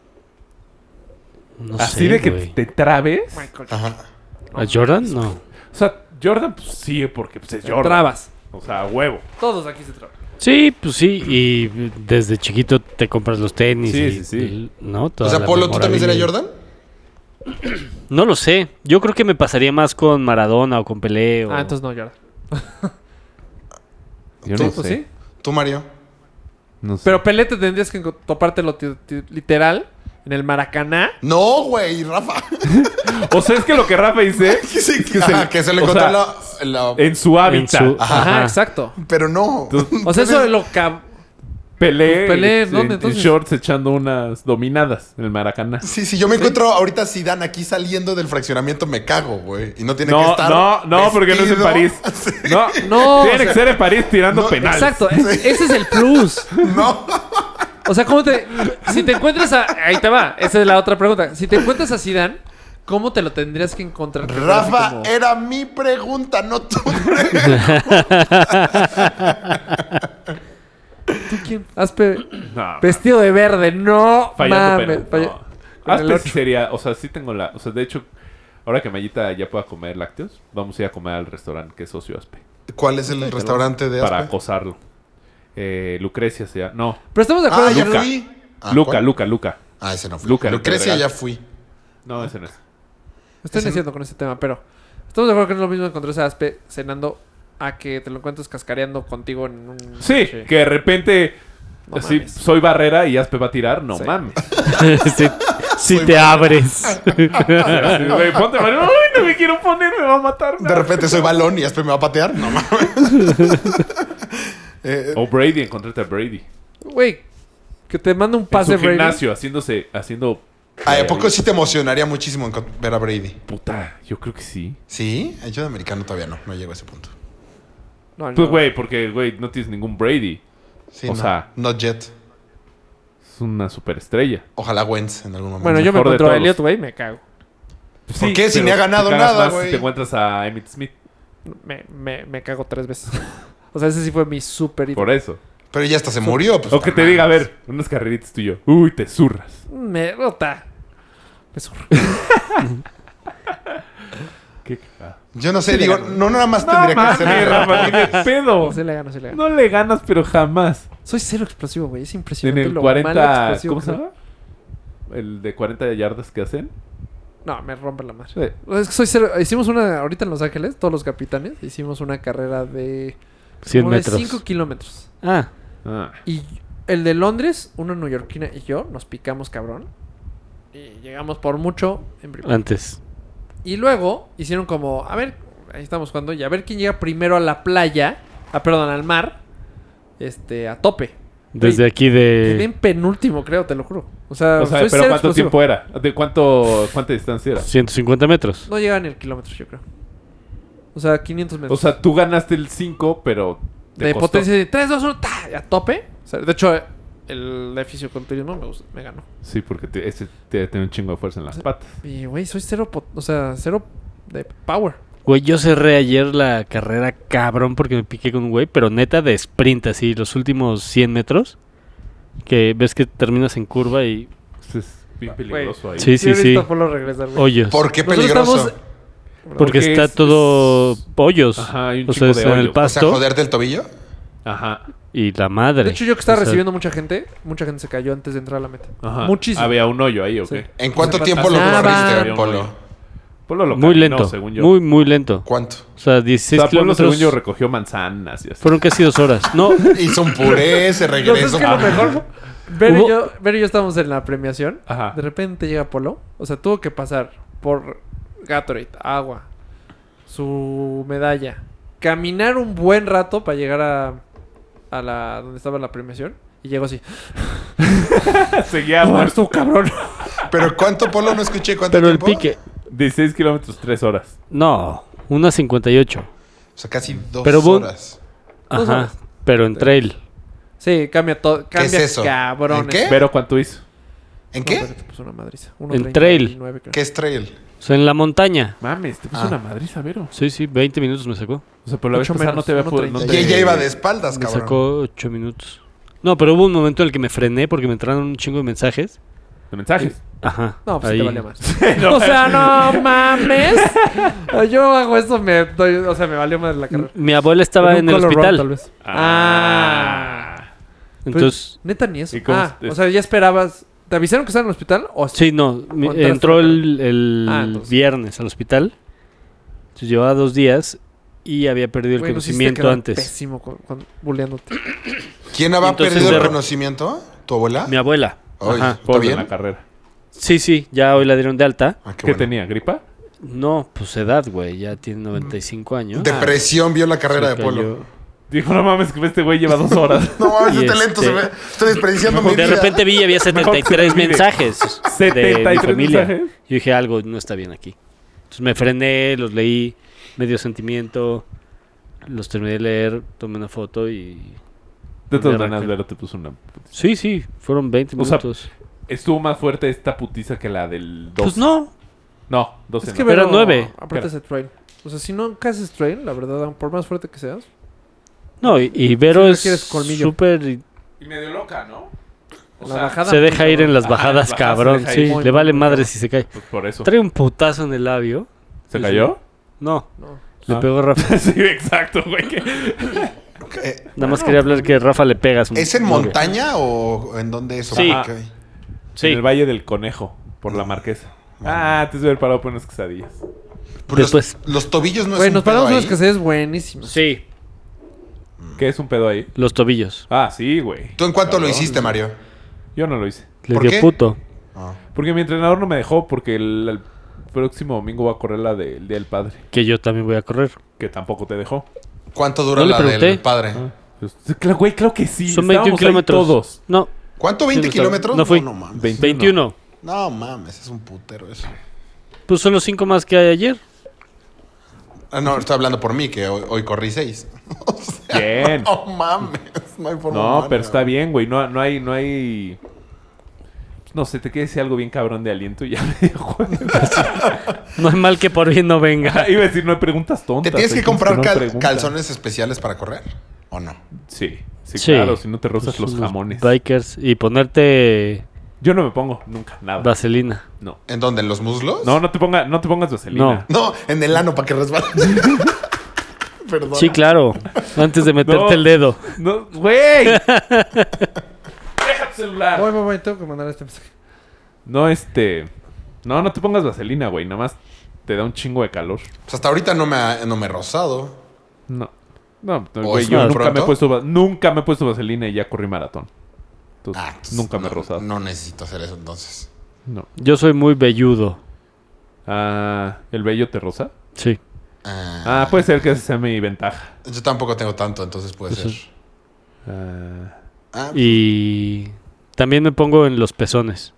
No Así sé, de que güey. te trabes. Michael. Ajá. ¿A Jordan? No. O sea, Jordan, pues sí, porque pues, es Te Jordan. trabas. O sea, huevo. Todos aquí se traban. Sí, pues sí. Y desde chiquito te compras los tenis. Sí, y, sí, sí. ¿no? O Toda sea, la Polo, ¿tú también serías memorabilia. Jordan? No lo sé. Yo creo que me pasaría más con Maradona o con Pelé. O... Ah, entonces no, Jordan. Yo ¿Tú? no Pues sé. sí. ¿Tú, Mario? No sé. Pero Pelé te tendrías que enco- topártelo ti- ti- literal en el Maracaná. No, güey, Rafa. O sea, es que lo que Rafa dice Que sí, es que ajá, se, que se le o encontró sea, la, la- en su hábitat. En su- Ajá, Ajá. exacto. Pero no. O sea, eso es lo que... Pelé, Pues Pelé, en- ¿dónde, en, entonces? shorts echando unas dominadas en el Maracaná. Sí, sí, yo me encuentro ahorita Zidane aquí saliendo del fraccionamiento, me cago, güey. Y no tiene que No, estar. no, no, porque no es en vestido. París. Sí. No, No, tiene o sea- que ser en París tirando No, penales. Exacto, e- ese es el plus. No. O sea, ¿cómo te... Si te encuentras a... Ahí te va, esa es la otra pregunta. Si te encuentras a Zidane, ¿cómo te lo tendrías que encontrar? Rafa, Como- era mi pregunta, no tu ¿Tú quién? Aspe... No, Vestido de verde, no fallando mames. penal. Falla- No. en el Aspe sí ocho. sería, o sea, sí tengo la, o sea, de hecho, ahora que Mayita ya pueda comer lácteos, vamos a ir a comer al restaurante que es socio Aspe ¿Cuál es el restaurante de para Aspe? acosarlo. Eh, Lucrecia se llama, no, Pero estamos de acuerdo Ah, que ya Luca. fui. Ah, Luca, ¿cuál? Luca, Luca. Ah, ese no fue. Luca, el Lucrecia Pedregal. ya fui. No, ese no es. Estoy Ese- diciendo con ese tema, pero estamos de acuerdo que no es lo mismo encontrarse a Aspe cenando a que te lo encuentres cascareando contigo en un... Sí, pinche- que de repente No sí, mames. soy Barrera y Aspe va a tirar, no Sí. mames. si si Soy te mal. abres. Así, güey, ponte Barrera, ay, no me quiero poner, me va a matar. De repente soy balón y Aspe me va a patear. No mames. Eh, O Brady, encontrate a Brady. Güey, que te manda un En pase su Brady. gimnasio, haciéndose, haciendo... ¿A poco sí te emocionaría muchísimo encont- ver a Brady? Puta, yo creo que sí. ¿Sí? Yo de americano todavía no. No llego a ese punto. No, no. Pues, güey, porque, güey, no tienes ningún Brady. Sí, O no. sea- Not yet. Es una superestrella. Ojalá Wentz en algún momento. Bueno, yo me mejor de encuentro a todos. Elliot, güey, me cago. ¿Por qué? Si pero ni ha ganado te cagas nada, más güey. Si te encuentras a Emmitt Smith. Me, me, me cago tres veces. O sea, ese sí fue mi super ídolo. Por eso. Pero ya hasta se murió. Pues, O que te no diga, a mames. ver, unas carreritas tú y yo. Uy, te zurras. Me rota. Me zurro. Qué cagado. Yo no sé, Sí le digo, gano. no nada más No tendría que mames, hacer. Rafa, ni de pedo. Sí le gano, sí le gano. No le ganas, pero jamás. Soy cero explosivo, güey. Es En impresionante el lo cuarenta... malo explosivo ¿Cómo que se soy. llama? El de cuarenta yardas que hacen. No, me rompe la madre. Sí. Es que soy cero. Hicimos una... Ahorita en Los Ángeles, todos los capitanes, hicimos una carrera de... cien como de metros. cinco kilómetros. Ah, Ah. Y el de Londres, una neoyorquina y yo nos picamos cabrón. Y llegamos por mucho en primero. antes. Y luego hicieron como, a ver, ahí estamos jugando, y a ver quién llega primero a la playa, ah, perdón, al mar, este, a tope. Desde Güey, aquí Quedé en de penúltimo, creo, te lo juro. O sea, O sea, soy pero cero ¿cuánto explosivo. tiempo era? ¿De cuánto, cuánta distancia era? ciento cincuenta metros. No llegan el kilómetro, yo creo. O sea, quinientos metros. O sea, tú ganaste el cinco, pero te de costó. potencia de tres, dos, uno, ta, a tope. O sea, de hecho, el de fisioculturismo me, gustó- me ganó. Sí, porque te, ese te tiene un chingo de fuerza en las patas. Y, güey, soy cero, pot- o sea, cero de power. Güey, yo cerré ayer la carrera cabrón porque me piqué con un güey, pero neta de sprint, así, los últimos cien metros. Que ves que terminas en curva y Pues es bien peligroso ahí. Sí, Sí, sí, sí. ahorita Polo regresar, güey. hoyos. ¿Por qué Nosotros peligroso? estamos- Porque, Porque está es- todo es- hoyos. Ajá, hay un o sea, chingo de está en el hoyos. O sea, pasto joderte el tobillo. Ajá, y la madre. De hecho, yo que estaba O sea, recibiendo mucha gente, mucha gente se cayó antes de entrar a la meta. ajá. Muchísimo. Había un hoyo ahí, ¿o Sí. qué? ¿En cuánto Se tiempo lo pasaban. corriste, Polo? Polo lo Muy caminó, lento. según yo. Muy, muy lento. ¿Cuánto? O sea, O dieciséis sea, Polo, kilómetros. según yo, recogió manzanas y así. Fueron casi dos horas. No, Hizo un puré, se Lo que regresó. es que lo mejor... Ver y, Hubo- yo, Ver y yo estábamos en la premiación. Ajá. De repente llega Polo. O sea, tuvo que pasar por Gatorade, agua, su medalla. Caminar un buen rato para llegar a, a la donde estaba la premiación. Y llegó así. Seguía ¡Oh, muerto. estuvo cabrón! ¿Pero cuánto, Polo? No escuché. ¿Cuánto pero el tiempo? pique. dieciséis kilómetros, tres horas. No, una cincuenta y ocho. O sea, casi dos Pero hubo- horas. Dos Ajá. horas. Pero en trail. Sí, cambia todo. ¿Qué es Cambia eso? cabrón. ¿En qué? ¿Pero cuánto hizo? ¿En No, qué? pero te puso una madriza. En uno treinta y trail. nueve, creo. ¿Qué es trail? O sea, en la montaña. Mames, te puso Ah. una madriza, Vero. Sí, sí, veinte minutos me sacó. O sea, pero la vez Ocho pasada no menos, te había uno podido... No treinta Y te- ella iba de espaldas, Me cabrón. sacó ocho minutos. No, pero hubo un momento en el que me frené porque me entraron un chingo de mensajes. ¿De mensajes? Ajá. No, pues sí ahí. te valía más. O sea, no mames. Yo hago eso, me doy, o sea, me valió más la carrera. Mi abuela estaba Con en un el color hospital. run, tal vez. Ah. Entonces, Pues, neta ni eso. ¿Y cómo Ah, es? o sea, ya esperabas. ¿Te avisaron que estaba en el hospital? O sí, no. mi- entraste entró a la el, el Ah, entonces. viernes al hospital. Entonces llevaba dos días y había perdido el Güey, nos hiciste conocimiento quedar antes. Pésimo con, con- buleándote. ¿Quién había Entonces, perdido de el re- conocimiento? ¿Tu abuela? Mi abuela. Ay, Ajá. ¿está Por bien? en la carrera. Sí, sí, ya hoy la dieron de alta. Ah, qué ¿Qué bueno. tenía? ¿Gripa? No, pues edad, güey, ya tiene noventa y cinco años. Depresión vio la carrera Se de polo. cayó. Dijo, no mames, que este güey lleva dos horas. No mames, Y este lento este- se ve. Estoy desperdiciando mi De vida. repente vi y había setenta y tres Mire, mensajes setenta y de mi tres familia. mensajes. Yo dije, algo no está bien aquí. Entonces me frené, los leí, medio sentimiento, los terminé de leer, tomé una foto y... De todas Ya maneras, arranqué. Vero te puso una... Sí, sí, fueron veinte O sea, minutos. Estuvo más fuerte esta putiza que la del dos. Pues no. No, doce Es no. que Pero Vero, nueve. Aparte ese trail. O sea, si nunca haces trail, la verdad, por más fuerte que seas. No, y, y Vero Sí, es requieres colmillo. súper... Y medio loca, ¿no? O La sea, bajada Se muy deja ir en las Ajá, bajadas, las bajadas cabrón. se deja Sí, ir. Muy, le muy, vale muy madre cabrón. si se cae. pues por eso. Trae un putazo en el labio. ¿Se Sí, cayó? No, No. le Ah. pegó a Rafa. Sí, exacto, güey. que- Eh, Nada más quería hablar que Rafa le pega a su ¿Es en novia. montaña o en dónde es? Sí. Ok. Sí. En el Valle del Conejo, por la Marquesa. Ah, te hubiera parado por unas quesadillas. Pero los- Después. Los, tobillos no Güey, es un nos pedo paramos ahí. unas que se es buenísimas. Sí, ¿Qué es un pedo ahí? los tobillos. Ah, sí, güey. ¿Tú en cuánto lo Cabrón. hiciste, Mario? Yo no lo hice. Le ¿Por dio qué? puto. Ah. Porque mi entrenador no me dejó porque el, el próximo domingo va a correr la del Día del Padre. Que yo también voy a correr. Que tampoco te dejó. ¿Cuánto dura No le la del pregunté. padre? Ah, pues, sí, claro, güey, claro que sí. Son veintiún Estábamos ahí kilómetros. todos. No, ¿Cuánto? ¿veinte Sí, no estaba. kilómetros? No fui. No, no mames. Veinte. veintiuno. No mames, es un putero eso. Pues son los cinco más que hay ayer. Ah, no, estoy hablando por mí, que hoy, hoy corrí seis. O sea, Bien. No mames, no hay forma. No, humana. pero está bien, güey. No, no hay, no hay. No sé, te quiere decir algo bien cabrón de aliento y ya me dio juego. No hay mal que por bien no venga. Iba a decir, no hay preguntas tontas. ¿Te tienes hay que cosas comprar no cal- preguntan. calzones especiales para correr? ¿O no? Sí, sí, Sí. claro. Si no te rozas Pues los unos jamones. Bikers. Y ponerte Yo no me pongo nunca, nada. vaselina. No. ¿En dónde? ¿En los muslos? No, no te, ponga, no te pongas vaselina. No, en el ano para que resbale. Perdón. Sí, claro. Antes de meterte No. el dedo. No, güey. Deja tu celular. Voy, voy, voy, tengo que mandar este mensaje. No, este. No, no te pongas vaselina, güey. Nada más te da un chingo de calor. Pues hasta ahorita no me, ha- no me he rozado. No. No, ¿O güey, es yo muy nunca me, he pronto? puesto, va- nunca me he puesto vaselina y ya corrí maratón. Entonces, Ah, pues, nunca me he no, rozado. No necesito hacer eso entonces. No. Yo soy muy velludo. Ah, ¿el vello te roza? Sí. Ah, Ah, puede ser que esa sea mi ventaja. Yo tampoco tengo tanto, entonces puede Pues ser. Ah, Ah, Y también me pongo en los pezones.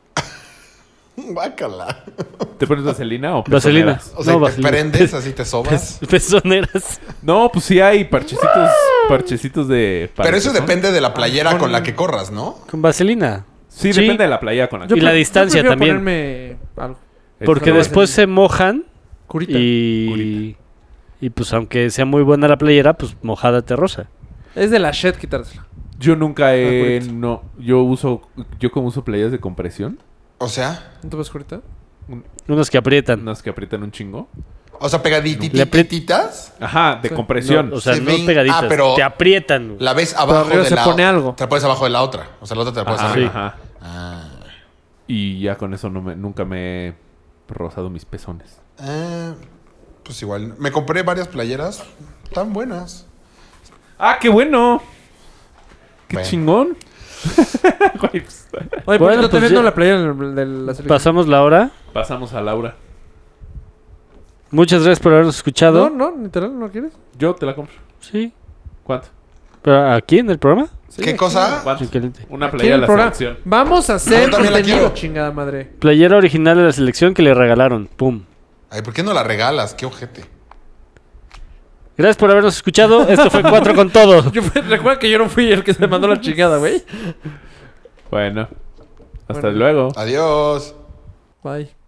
guácala. ¿te pones vaselina o Vaselina. pezoneras? O sea, No, te vaselina. prendes, así te sobas. Pez- pezoneras. No, pues sí hay parchecitos, parchecitos de... para Pero eso pezón. depende de la playera con- con la que corras, ¿no? Con vaselina. Sí, Sí. depende de la playa con la Y que... la pre- distancia prefiero también. ponerme algo. Porque Eso- después se mojan Curita. y... Y pues aunque sea muy buena la playera, pues mojada te rosa. Es de la shit quitársela. Yo nunca he... Ah, curita. no, yo uso... Yo como uso playas de compresión, O sea, ¿No te ves curita? Unos que aprietan. unas que aprietan un chingo. o sea, Le apri- pegadititas. Ajá, de Sí. compresión. No, o sea, Se no ven- pegaditas. ah, pero- Te aprietan. La ves Pero abajo arriba de se la pone algo. Te la pones abajo de la otra. O sea, la otra te la pones Ajá, arriba. ajá. Ah. Y ya con eso no me, nunca me he rozado mis pezones. Ah, pues igual. Me compré varias playeras tan buenas. ¡Ah, qué bueno! ¡Qué Bueno. chingón! Güey, pues, Oye, Bueno, bueno, pues te vendo ya- la playera del- de la selección. Pasamos la hora. pasamos a Laura. Muchas gracias por habernos escuchado. No, no, literal, ¿no quieres? Yo te la compro. Sí. ¿Cuánto? Pero aquí en el programa. Sí, ¿Qué aquí. cosa? ¿Cuánto? Excelente. Una Aquí en playa de el la programa. selección. Vamos a hacer Yo también la contenido, quiero. chingada madre. Playera original de la selección que le regalaron. Pum. Ay, ¿por qué no la regalas? Qué ojete. Gracias por habernos escuchado. Esto fue Cuatro con Todo. Yo fui- recuerda que yo no fui el que se mandó la chingada, güey. Bueno. Hasta Bueno. luego. Adiós. Bye.